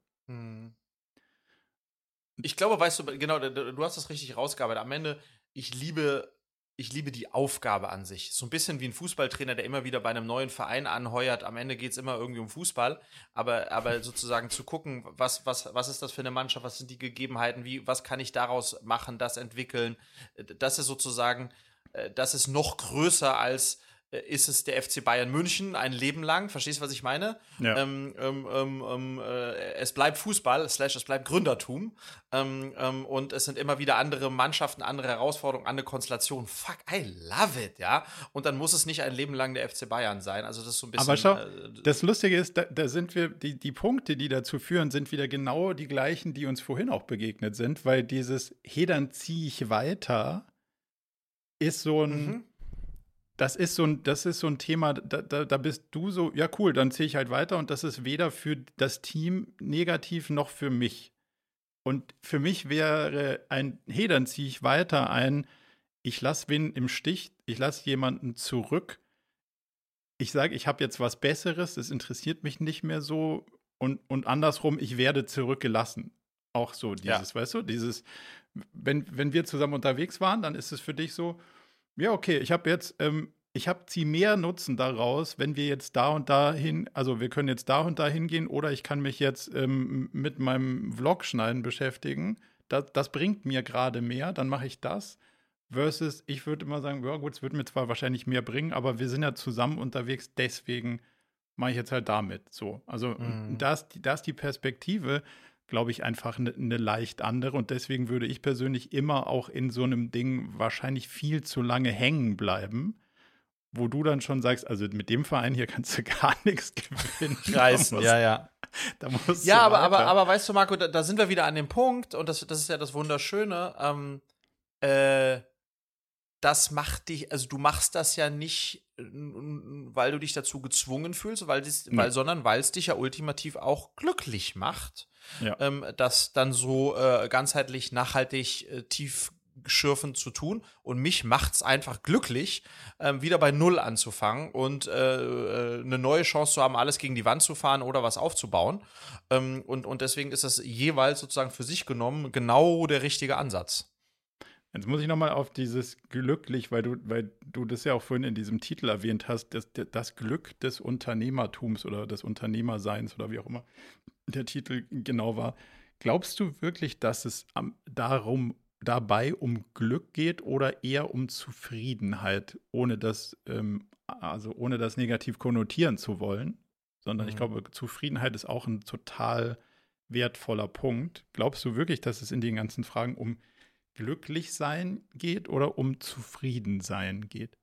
Ich glaube, weißt du, genau, du hast das richtig rausgearbeitet. Am Ende, ich liebe, ich liebe die Aufgabe an sich. So ein bisschen wie ein Fußballtrainer, der immer wieder bei einem neuen Verein anheuert. Am Ende geht es immer irgendwie um Fußball. Aber, aber sozusagen zu gucken, was, was, was ist das für eine Mannschaft, was sind die Gegebenheiten, wie, was kann ich daraus machen, das entwickeln. Das ist sozusagen, das ist noch größer als ist es der F C Bayern München ein Leben lang, verstehst du, was ich meine? Ja. Ähm, ähm, ähm, äh, es bleibt Fußball, slash es bleibt Gründertum ähm, ähm, und es sind immer wieder andere Mannschaften, andere Herausforderungen, andere Konstellationen. Fuck, I love it, ja? Und dann muss es nicht ein Leben lang der F C Bayern sein, also das ist so ein bisschen… Aber schau, äh, das Lustige ist, da, da sind wir, die, die Punkte, die dazu führen, sind wieder genau die gleichen, die uns vorhin auch begegnet sind, weil dieses hey, dann ziehe ich weiter ist so ein mhm. Das ist so ein, das ist so ein Thema, da, da, da bist du so, ja cool, dann ziehe ich halt weiter und das ist weder für das Team negativ noch für mich. Und für mich wäre ein, hey, dann ziehe ich weiter ein, ich lasse wen im Stich, ich lasse jemanden zurück, ich sage, ich habe jetzt was Besseres, das interessiert mich nicht mehr so und, und andersrum, ich werde zurückgelassen. Auch so dieses, ja. weißt du, dieses, wenn, wenn wir zusammen unterwegs waren, dann ist es für dich so, ja, okay, ich habe jetzt, ähm, ich habe sie mehr Nutzen daraus, wenn wir jetzt da und da hin, also wir können jetzt da und da hingehen oder ich kann mich jetzt ähm, mit meinem Vlog-Schneiden beschäftigen. Das, das bringt mir gerade mehr, dann mache ich das. Versus, ich würde immer sagen, ja gut, es wird mir zwar wahrscheinlich mehr bringen, aber wir sind ja zusammen unterwegs, deswegen mache ich jetzt halt damit. So, also mhm. da ist die, da ist die Perspektive, glaube ich, einfach eine ne leicht andere. Und deswegen würde ich persönlich immer auch in so einem Ding wahrscheinlich viel zu lange hängen bleiben, wo du dann schon sagst, also mit dem Verein hier kannst du gar nichts gewinnen. Reißen, ja, ja. Da musst ja, aber, aber, aber weißt du, Marco, da, da sind wir wieder an dem Punkt, und das, das ist ja das Wunderschöne, ähm, äh, das macht dich, also du machst das ja nicht, weil du dich dazu gezwungen fühlst, weil dies, nee. weil, sondern weil es dich ja ultimativ auch glücklich macht, ja. ähm, das dann so äh, ganzheitlich, nachhaltig, äh, tiefschürfend zu tun. Und mich macht's einfach glücklich, ähm, wieder bei Null anzufangen und äh, eine neue Chance zu haben, alles gegen die Wand zu fahren oder was aufzubauen. Ähm, und, und deswegen ist das jeweils sozusagen für sich genommen genau der richtige Ansatz. Jetzt muss ich nochmal auf dieses glücklich, weil du, weil du das ja auch vorhin in diesem Titel erwähnt hast, das, das Glück des Unternehmertums oder des Unternehmerseins oder wie auch immer der Titel genau war. Glaubst du wirklich, dass es am, darum, dabei um Glück geht oder eher um Zufriedenheit, ohne das, ähm, also ohne das negativ konnotieren zu wollen? Sondern mhm. ich glaube, Zufriedenheit ist auch ein total wertvoller Punkt. Glaubst du wirklich, dass es in den ganzen Fragen um glücklich sein geht oder um zufrieden sein geht?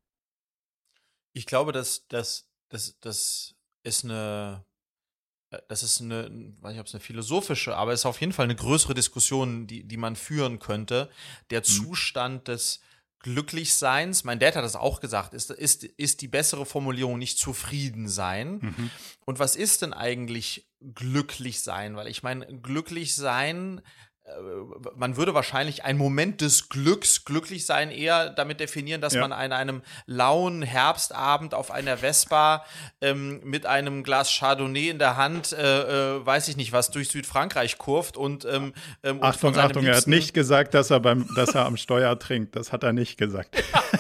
Ich glaube, dass das, das, das ist eine, das ist eine, ich weiß nicht, ob es eine philosophische, aber es ist auf jeden Fall eine größere Diskussion, die, die man führen könnte. Der mhm. Zustand des Glücklichseins, mein Dad hat das auch gesagt, ist, ist, ist die bessere Formulierung nicht zufrieden sein. Mhm. Und was ist denn eigentlich glücklich sein? Weil ich meine, glücklich sein, man würde wahrscheinlich einen Moment des Glücks, glücklich sein, eher damit definieren, dass ja. man an einem lauen Herbstabend auf einer Vespa ähm, mit einem Glas Chardonnay in der Hand, äh, äh, weiß ich nicht was, durch Südfrankreich kurft und ähm, ähm, Achtung, und Achtung, er hat nicht gesagt, dass er beim, dass er am Steuer trinkt. Das hat er nicht gesagt.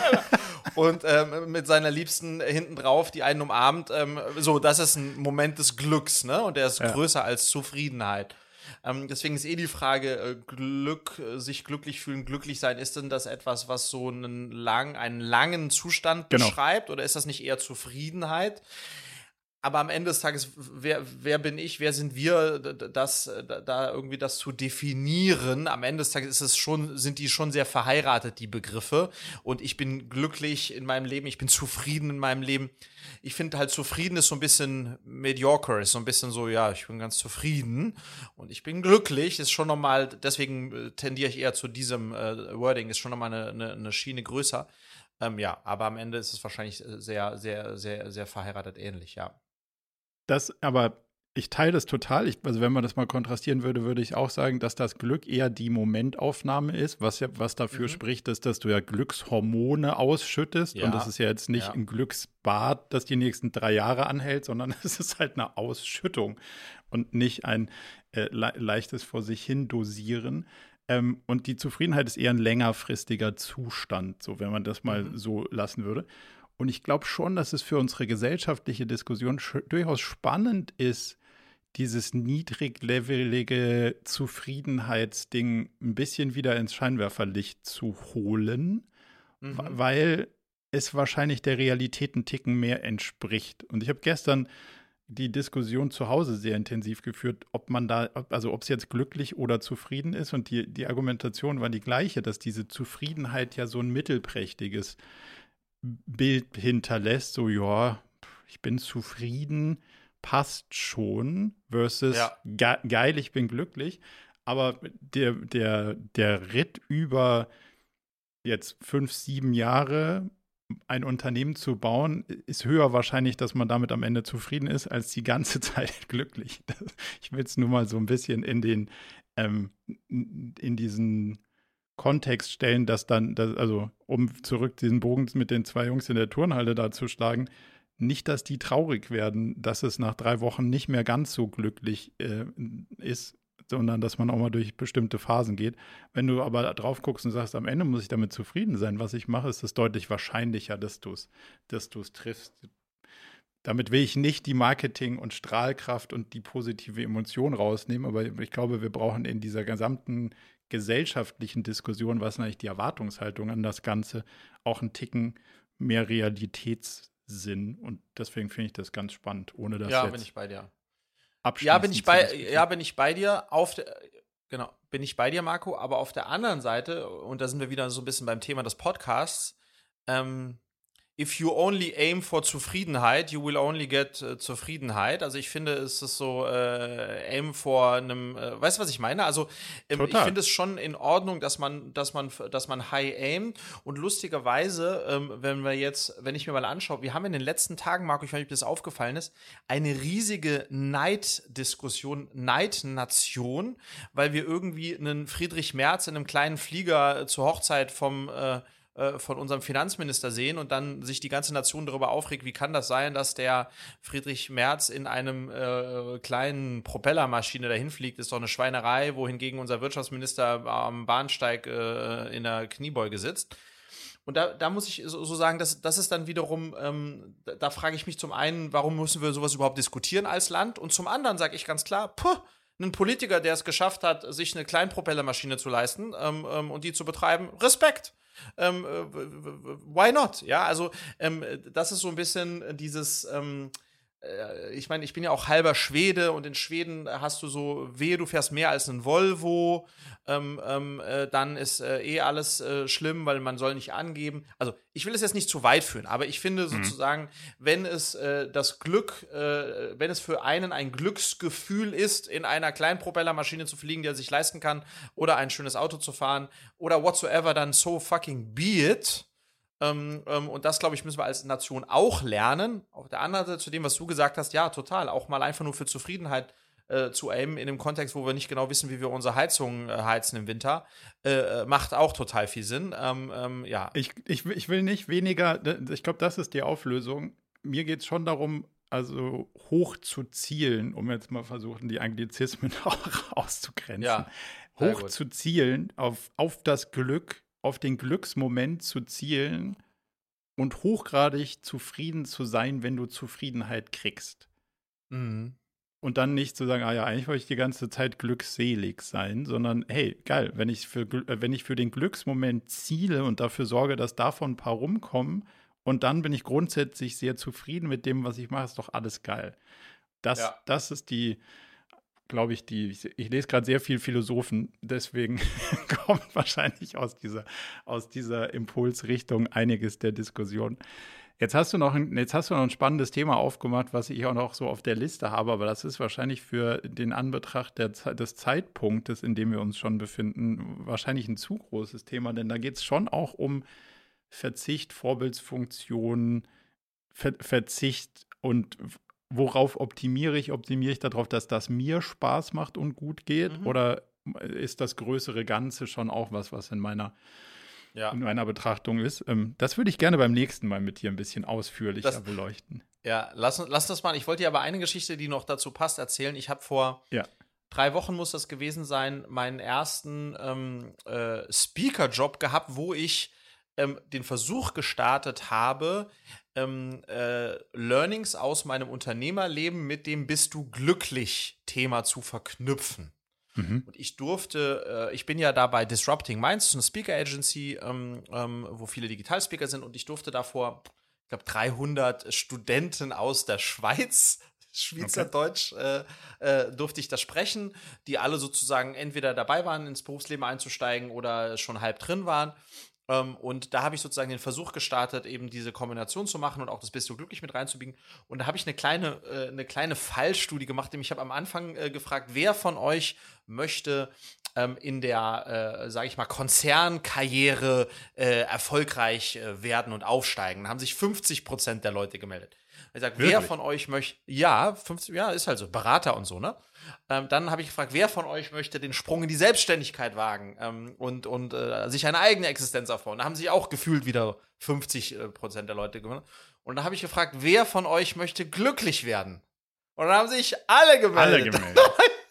Und ähm, mit seiner Liebsten hinten drauf, die einen umarmt. Ähm, so, das ist ein Moment des Glücks, ne? Und der ist ja. größer als Zufriedenheit. Ähm, deswegen ist eh die Frage, äh, Glück, äh, sich glücklich fühlen, glücklich sein, ist denn das etwas, was so einen, lang, einen langen Zustand genau. beschreibt, oder ist das nicht eher Zufriedenheit? aber am Ende des Tages, wer, wer bin ich, wer sind wir, das, da irgendwie das zu definieren? Am Ende des Tages ist es schon, sind die schon sehr verheiratet, die Begriffe. Und ich bin glücklich in meinem Leben, ich bin zufrieden in meinem Leben. Ich finde halt, zufrieden ist so ein bisschen mediocre, ist so ein bisschen so, ja, ich bin ganz zufrieden und ich bin glücklich, ist schon nochmal, deswegen tendiere ich eher zu diesem äh, Wording, ist schon nochmal eine, eine, eine Schiene größer. Ähm, ja, aber am Ende ist es wahrscheinlich sehr, sehr, sehr, sehr verheiratet ähnlich, ja. Das, aber ich teile das total. Ich, also wenn man das mal kontrastieren würde, würde ich auch sagen, dass das Glück eher die Momentaufnahme ist, was ja, was dafür Mhm. spricht, ist, dass du ja Glückshormone ausschüttest. Ja. Und das ist ja jetzt nicht Ja. ein Glücksbad, das die nächsten drei Jahre anhält, sondern es ist halt eine Ausschüttung und nicht ein äh, le leichtes vor sich hin dosieren. Ähm, und die Zufriedenheit ist eher ein längerfristiger Zustand, so wenn man das mal Mhm. so lassen würde. Und ich glaube schon, dass es für unsere gesellschaftliche Diskussion durchaus spannend ist, dieses niedriglevelige Zufriedenheitsding ein bisschen wieder ins Scheinwerferlicht zu holen, Mhm. weil es wahrscheinlich der Realität einen Ticken mehr entspricht. Und ich habe gestern die Diskussion zu Hause sehr intensiv geführt, ob man da, also ob es jetzt glücklich oder zufrieden ist. Und die, die Argumentation war die gleiche, dass diese Zufriedenheit ja so ein mittelprächtiges Bild hinterlässt, so ja, ich bin zufrieden, passt schon, versus Ja. ge geil, ich bin glücklich. Aber der, der, der Ritt über jetzt fünf, sieben Jahre ein Unternehmen zu bauen, ist höher wahrscheinlich, dass man damit am Ende zufrieden ist, als die ganze Zeit glücklich. Ich will es nur mal so ein bisschen in den, ähm, in diesen Kontext stellen, dass dann, dass, also um zurück diesen Bogen mit den zwei Jungs in der Turnhalle da zu schlagen, nicht, dass die traurig werden, dass es nach drei Wochen nicht mehr ganz so glücklich äh, ist, sondern dass man auch mal durch bestimmte Phasen geht. Wenn du aber da drauf guckst und sagst, am Ende muss ich damit zufrieden sein, was ich mache, ist es deutlich wahrscheinlicher, dass du es dass du's triffst. Damit will ich nicht die Marketing- und Strahlkraft und die positive Emotion rausnehmen, aber ich glaube, wir brauchen in dieser gesamten gesellschaftlichen Diskussion, was ist eigentlich die Erwartungshaltung an das Ganze, auch einen Ticken mehr Realitätssinn. Und deswegen finde ich das ganz spannend, ohne das Ja, jetzt bin ich bei dir. abschließend Ja, bin ich zu bei, diskutieren. ja, bin ich bei dir. Auf der, genau, bin ich bei dir, Marco. Aber auf der anderen Seite, und da sind wir wieder so ein bisschen beim Thema des Podcasts, ähm, if you only aim for Zufriedenheit, you will only get äh, Zufriedenheit. Also ich finde, es ist so äh, aim for einem, äh, weißt du, was ich meine? Also ähm, ich Total. finde es schon in Ordnung, dass man, dass man, dass man high aim. Und lustigerweise, ähm, wenn wir jetzt, wenn ich mir mal anschaue, wir haben in den letzten Tagen, Marco, ich weiß nicht, ob dir das aufgefallen ist, eine riesige Neiddiskussion, Neidnation, weil wir irgendwie einen Friedrich Merz in einem kleinen Flieger zur Hochzeit vom äh, von unserem Finanzminister sehen und dann sich die ganze Nation darüber aufregt, wie kann das sein, dass der Friedrich Merz in einem äh, kleinen Propellermaschine dahin fliegt, ist doch eine Schweinerei, wohingegen unser Wirtschaftsminister am Bahnsteig äh, in der Kniebeuge sitzt. Und da, da muss ich so, so sagen, das, das ist dann wiederum, ähm, da, da frage ich mich zum einen, warum müssen wir sowas überhaupt diskutieren als Land? Und zum anderen sage ich ganz klar, puh, ein Politiker, der es geschafft hat, sich eine Kleinpropellermaschine zu leisten ähm, ähm, und die zu betreiben, Respekt. Ähm, why not? Ja, also ähm, das ist so ein bisschen dieses, ähm, äh, ich meine, ich bin ja auch halber Schwede und in Schweden hast du so, wehe, du fährst mehr als ein Volvo, ähm, ähm, äh, dann ist äh, eh alles äh, schlimm, weil man soll nicht angeben. Also ich will es jetzt nicht zu weit führen, aber ich finde Mhm. sozusagen, wenn es äh, das Glück, äh, wenn es für einen ein Glücksgefühl ist, in einer kleinen Propellermaschine zu fliegen, die er sich leisten kann, oder ein schönes Auto zu fahren, oder whatsoever, dann so fucking be it. Ähm, ähm, und das, glaube ich, müssen wir als Nation auch lernen. Auf der anderen Seite zu dem, was du gesagt hast, ja, total. Auch mal einfach nur für Zufriedenheit äh, zu aimen in einem Kontext, wo wir nicht genau wissen, wie wir unsere Heizungen äh, heizen im Winter, äh, macht auch total viel Sinn. Ähm, ähm, ja. Ich, ich, ich will nicht weniger, ich glaube, das ist die Auflösung. Mir geht es schon darum, also hoch zu zielen, um jetzt mal versuchen, die Anglizismen auch auszugrenzen. Ja, hoch gut. zu zielen, auf, auf das Glück, auf den Glücksmoment zu zielen und hochgradig zufrieden zu sein, wenn du Zufriedenheit kriegst. Mhm. Und dann nicht zu sagen, ah ja, eigentlich wollte ich die ganze Zeit glückselig sein, sondern hey, geil, wenn ich für, wenn ich für den Glücksmoment ziele und dafür sorge, dass davon ein paar rumkommen und dann bin ich grundsätzlich sehr zufrieden mit dem, was ich mache, ist doch alles geil. Das, ja. das ist die, glaube ich, die, ich, ich lese gerade sehr viel Philosophen, deswegen kommt wahrscheinlich aus dieser, aus dieser Impulsrichtung einiges der Diskussion. Jetzt hast du noch ein, jetzt hast du noch ein spannendes Thema aufgemacht, was ich auch noch so auf der Liste habe, aber das ist wahrscheinlich für den Anbetracht der, des Zeitpunktes, in dem wir uns schon befinden, wahrscheinlich ein zu großes Thema, denn da geht es schon auch um Verzicht, Vorbildsfunktion, Ver, Verzicht und worauf optimiere ich? Optimiere ich darauf, dass das mir Spaß macht und gut geht? Mhm. Oder ist das größere Ganze schon auch was, was in meiner Ja. in meiner Betrachtung ist. Ähm, das würde ich gerne beim nächsten Mal mit dir ein bisschen ausführlicher das, beleuchten. Ja, lass, lass das mal. Ich wollte dir aber eine Geschichte, die noch dazu passt, erzählen. Ich habe vor ja. drei Wochen, muss das gewesen sein, meinen ersten ähm, äh, Speaker-Job gehabt, wo ich ähm, den Versuch gestartet habe, ähm, äh, Learnings aus meinem Unternehmerleben mit dem Bist du glücklich Thema zu verknüpfen. Mhm. Und ich durfte, äh, ich bin ja da bei Disrupting Minds, eine Speaker-Agency, ähm, ähm, wo viele Digitalspeaker sind, und ich durfte davor, ich glaube, dreihundert Studenten aus der Schweiz, Schweizerdeutsch, okay. äh, äh, durfte ich da sprechen, die alle sozusagen entweder dabei waren, ins Berufsleben einzusteigen oder schon halb drin waren. Um, und da habe ich sozusagen den Versuch gestartet, eben diese Kombination zu machen und auch das Bist du glücklich mit reinzubiegen. Und da habe ich eine kleine, äh, eine kleine Fallstudie gemacht. Ich habe am Anfang äh, gefragt, wer von euch möchte ähm, in der, äh, sage ich mal, Konzernkarriere äh, erfolgreich äh, werden und aufsteigen. Da haben sich fünfzig Prozent der Leute gemeldet. Ich sage, wer von euch möchte, ja, fünfzig, ja, ist halt so, Berater und so, ne? Ähm, dann habe ich gefragt, wer von euch möchte den Sprung in die Selbstständigkeit wagen ähm, und, und äh, sich eine eigene Existenz aufbauen. Da haben sich auch gefühlt wieder fünfzig Prozent der Leute gemeldet. Und dann habe ich gefragt, wer von euch möchte glücklich werden? Und dann haben sich alle gemeldet. Alle gemeldet.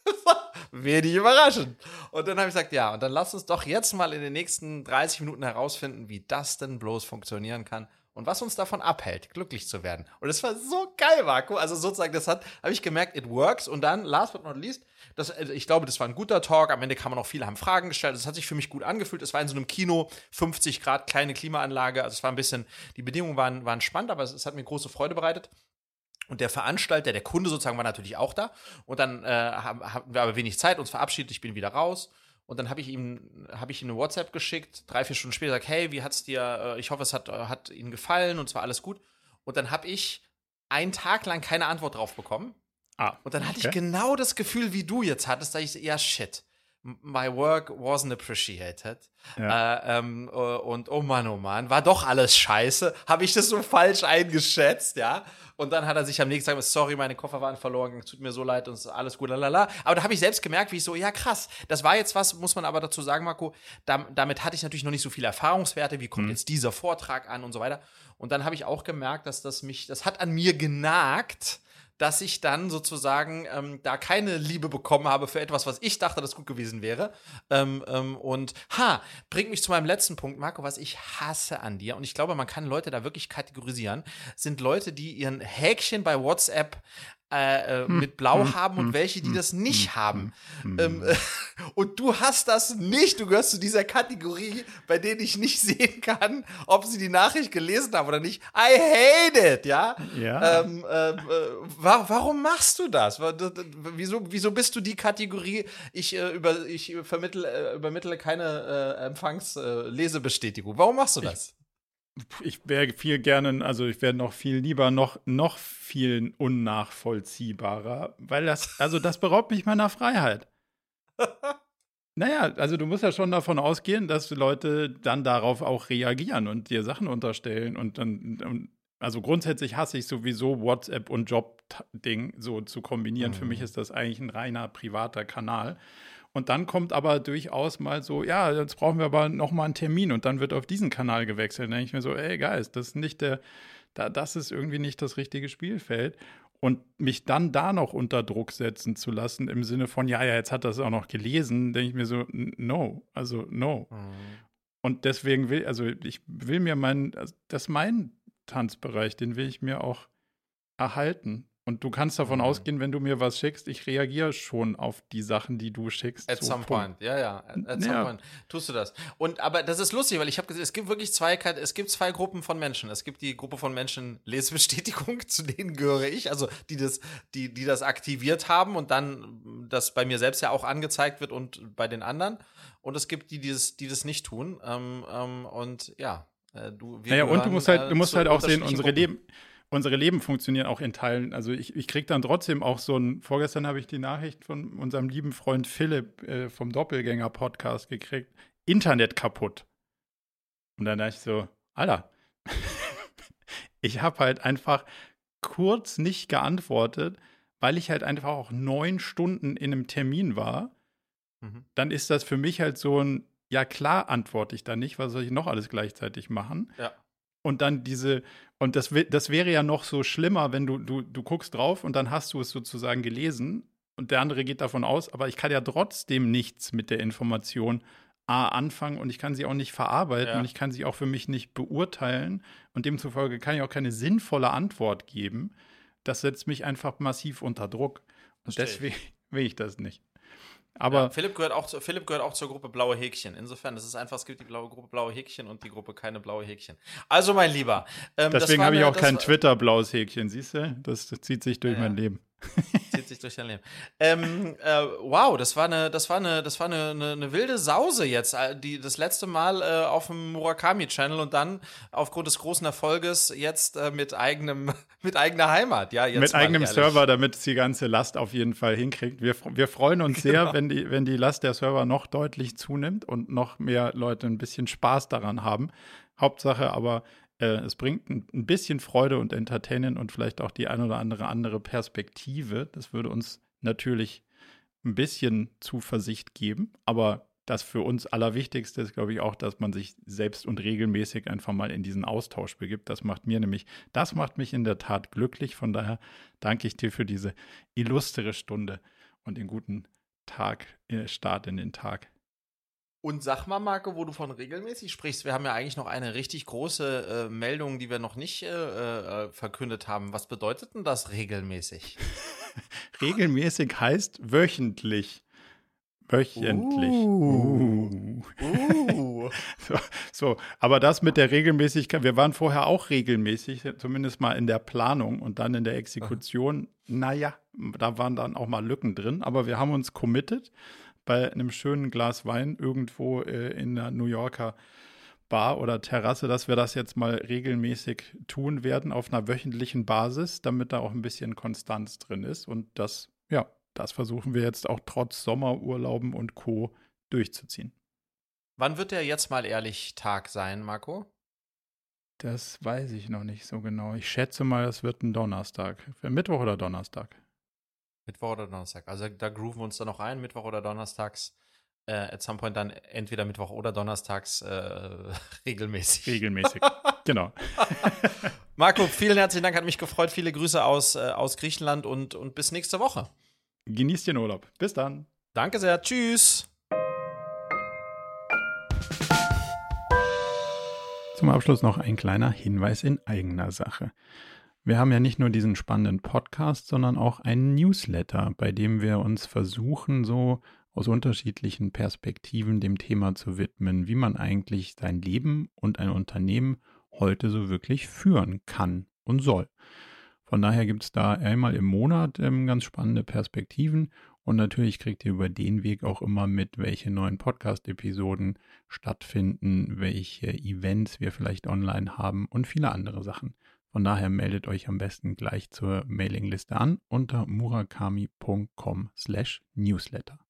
Wenig überraschend. Und dann habe ich gesagt, ja, und dann lass uns doch jetzt mal in den nächsten dreißig Minuten herausfinden, wie das denn bloß funktionieren kann. Und was uns davon abhält, glücklich zu werden. Und das war so geil, Marco. Also sozusagen, das hat, habe ich gemerkt, it works. Und dann, last but not least, das, ich glaube, das war ein guter Talk. Am Ende kann man auch viele haben Fragen gestellt. Das hat sich für mich gut angefühlt. Es war in so einem Kino, fünfzig Grad, kleine Klimaanlage. Also es war ein bisschen, die Bedingungen waren, waren spannend, aber es, es hat mir große Freude bereitet. Und der Veranstalter, der Kunde sozusagen, war natürlich auch da. Und dann äh, hatten wir aber wenig Zeit, uns verabschiedet, ich bin wieder raus. Und dann habe ich ihm, habe ich ihm eine WhatsApp geschickt, drei, vier Stunden später, gesagt, hey, wie hat's dir, ich hoffe, es hat, hat Ihnen gefallen und zwar alles gut. Und dann habe ich einen Tag lang keine Antwort drauf bekommen. Ah, und dann hatte okay. ich genau das Gefühl, wie du jetzt hattest, da ich, ja, shit, my work wasn't appreciated. Ja. Äh, ähm, und oh Mann, oh Mann, war doch alles scheiße. Habe ich das so falsch eingeschätzt, ja? Und dann hat er sich am nächsten Tag gesagt, sorry, meine Koffer waren verloren, tut mir so leid und es ist alles gut, lalala. Aber da habe ich selbst gemerkt, wie ich so, ja krass, das war jetzt was, muss man aber dazu sagen, Marco, da, damit hatte ich natürlich noch nicht so viele Erfahrungswerte, wie kommt mhm. jetzt dieser Vortrag an und so weiter. Und dann habe ich auch gemerkt, dass das mich, das hat an mir genagt, dass ich dann sozusagen ähm, da keine Liebe bekommen habe für etwas, was ich dachte, das gut gewesen wäre. Ähm, ähm, und ha, bringt mich zu meinem letzten Punkt, Marco, was ich hasse an dir. Und ich glaube, man kann Leute da wirklich kategorisieren. Sind Leute, die ihren Häkchen bei WhatsApp Äh, äh, mit Blau hm, haben und hm, welche, die hm, das nicht hm, haben. Hm, ähm, äh, und du hast das nicht. Du gehörst zu dieser Kategorie, bei denen ich nicht sehen kann, ob sie die Nachricht gelesen haben oder nicht. I hate it, ja? ja. Ähm, äh, äh, wa- warum machst du das? Wieso, wieso bist du die Kategorie, ich, äh, über, ich vermittle, äh, übermittle keine äh, Empfangs-Lesebestätigung? Warum machst du das? Ich wäre viel gerne, also ich wäre noch viel lieber, noch, noch viel unnachvollziehbarer, weil das, also das beraubt mich meiner Freiheit. Naja, also du musst ja schon davon ausgehen, dass Leute dann darauf auch reagieren und dir Sachen unterstellen und dann, und, also grundsätzlich hasse ich sowieso WhatsApp und Job-Ding so zu kombinieren. Mhm. Für mich ist das eigentlich ein reiner privater Kanal. Und dann kommt aber durchaus mal so, ja, jetzt brauchen wir aber noch mal einen Termin und dann wird auf diesen Kanal gewechselt. Dann denke ich mir so, ey, Geist, das ist nicht der, da, das ist irgendwie nicht das richtige Spielfeld. Und mich dann da noch unter Druck setzen zu lassen, im Sinne von, ja, ja, jetzt hat er es auch noch gelesen, denke ich mir so, no, also no. Mhm. Und deswegen will, also ich will mir meinen, also das ist mein Tanzbereich, den will ich mir auch erhalten. Und du kannst davon mhm. ausgehen, wenn du mir was schickst, ich reagiere schon auf die Sachen, die du schickst. At so some Punkt. point, ja, ja. At, at ja. some point tust du das. Und aber das ist lustig, weil ich habe gesehen, es gibt wirklich zwei, es gibt zwei Gruppen von Menschen. Es gibt die Gruppe von Menschen Lesebestätigung, zu denen gehöre ich, also die das, die, die das aktiviert haben und dann das bei mir selbst ja auch angezeigt wird und bei den anderen. Und es gibt die, die das, die das nicht tun. Ähm, ähm, und ja, äh, du. Wir naja, und du musst halt, äh, du musst halt auch sehen, unsere Gruppen. Leben. Unsere Leben funktionieren auch in Teilen. Also ich, ich kriege dann trotzdem auch so ein, vorgestern habe ich die Nachricht von unserem lieben Freund Philipp äh, vom Doppelgänger-Podcast gekriegt, Internet kaputt. Und dann dachte ich so, Alter, ich habe halt einfach kurz nicht geantwortet, weil ich halt einfach auch neun Stunden in einem Termin war. Mhm. Dann ist das für mich halt so ein, ja klar antworte ich da nicht, was soll ich noch alles gleichzeitig machen? Ja. Und dann diese, und das, das wäre ja noch so schlimmer, wenn du, du, du guckst drauf und dann hast du es sozusagen gelesen und der andere geht davon aus, aber ich kann ja trotzdem nichts mit der Information A anfangen und ich kann sie auch nicht verarbeiten ja. und ich kann sie auch für mich nicht beurteilen und demzufolge kann ich auch keine sinnvolle Antwort geben. Das setzt mich einfach massiv unter Druck und Verstehe deswegen ich. will ich das nicht. Aber ja, Philipp gehört auch zu, Philipp gehört auch zur Gruppe Blaue Häkchen. Insofern, es ist einfach, es gibt die blaue Gruppe Blaue Häkchen und die Gruppe keine blaue Häkchen. Also, mein Lieber. Ähm, Deswegen habe ich auch kein Twitter-blaues Häkchen, siehst du? Das, das zieht sich durch ja, mein Leben. Zieht sich durch dein Leben. Ähm, äh, wow, das war eine, das war eine, das war eine, eine, eine wilde Sause jetzt. Die, das letzte Mal äh, auf dem Murakami-Channel und dann aufgrund des großen Erfolges jetzt äh, mit eigenem, mit eigener Heimat. Ja, jetzt mit eigenem ehrlich. Server, damit es die ganze Last auf jeden Fall hinkriegt. Wir, wir freuen uns genau. sehr, wenn die, wenn die Last der Server noch deutlich zunimmt und noch mehr Leute ein bisschen Spaß daran haben. Hauptsache aber, äh, es bringt ein, ein bisschen Freude und Entertainment und vielleicht auch die ein oder andere andere Perspektive. Das würde uns natürlich ein bisschen Zuversicht geben, aber das für uns Allerwichtigste ist, glaube ich, auch, dass man sich selbst und regelmäßig einfach mal in diesen Austausch begibt. Das macht mir nämlich, das macht mich in der Tat glücklich. Von daher danke ich dir für diese illustre Stunde und den guten Tag, äh, Start in den Tag. Und sag mal, Marco, wo du von regelmäßig sprichst, wir haben ja eigentlich noch eine richtig große äh, Meldung, die wir noch nicht äh, äh, verkündet haben. Was bedeutet denn das regelmäßig? Regelmäßig heißt wöchentlich. Wöchentlich. Uh. Uh. uh. so, so, aber das mit der Regelmäßigkeit, wir waren vorher auch regelmäßig, zumindest mal in der Planung und dann in der Exekution. Naja, da waren dann auch mal Lücken drin, aber wir haben uns committed bei einem schönen Glas Wein irgendwo äh, in der New Yorker Bar oder Terrasse, dass wir das jetzt mal regelmäßig tun werden auf einer wöchentlichen Basis, damit da auch ein bisschen Konstanz drin ist. Und das, ja, das versuchen wir jetzt auch trotz Sommerurlauben und Co. durchzuziehen. Wann wird der jetzt mal ehrlich Tag sein, Marco? Das weiß ich noch nicht so genau. Ich schätze mal, es wird ein Donnerstag. Mittwoch oder Donnerstag? Mittwoch oder Donnerstag. Also da grooven wir uns dann noch ein, Mittwoch oder Donnerstags. Äh, at some point dann entweder Mittwoch oder Donnerstags äh, regelmäßig. Regelmäßig, genau. Marco, vielen herzlichen Dank, hat mich gefreut. Viele Grüße aus, äh, aus Griechenland und, und bis nächste Woche. Genießt den Urlaub. Bis dann. Danke sehr. Tschüss. Zum Abschluss noch ein kleiner Hinweis in eigener Sache. Wir haben ja nicht nur diesen spannenden Podcast, sondern auch einen Newsletter, bei dem wir uns versuchen, so aus unterschiedlichen Perspektiven dem Thema zu widmen, wie man eigentlich sein Leben und ein Unternehmen heute so wirklich führen kann und soll. Von daher gibt es da einmal im Monat ähm, ganz spannende Perspektiven und natürlich kriegt ihr über den Weg auch immer mit, welche neuen Podcast-Episoden stattfinden, welche Events wir vielleicht online haben und viele andere Sachen. Von daher meldet euch am besten gleich zur Mailingliste an unter murakami punkt com slash newsletter.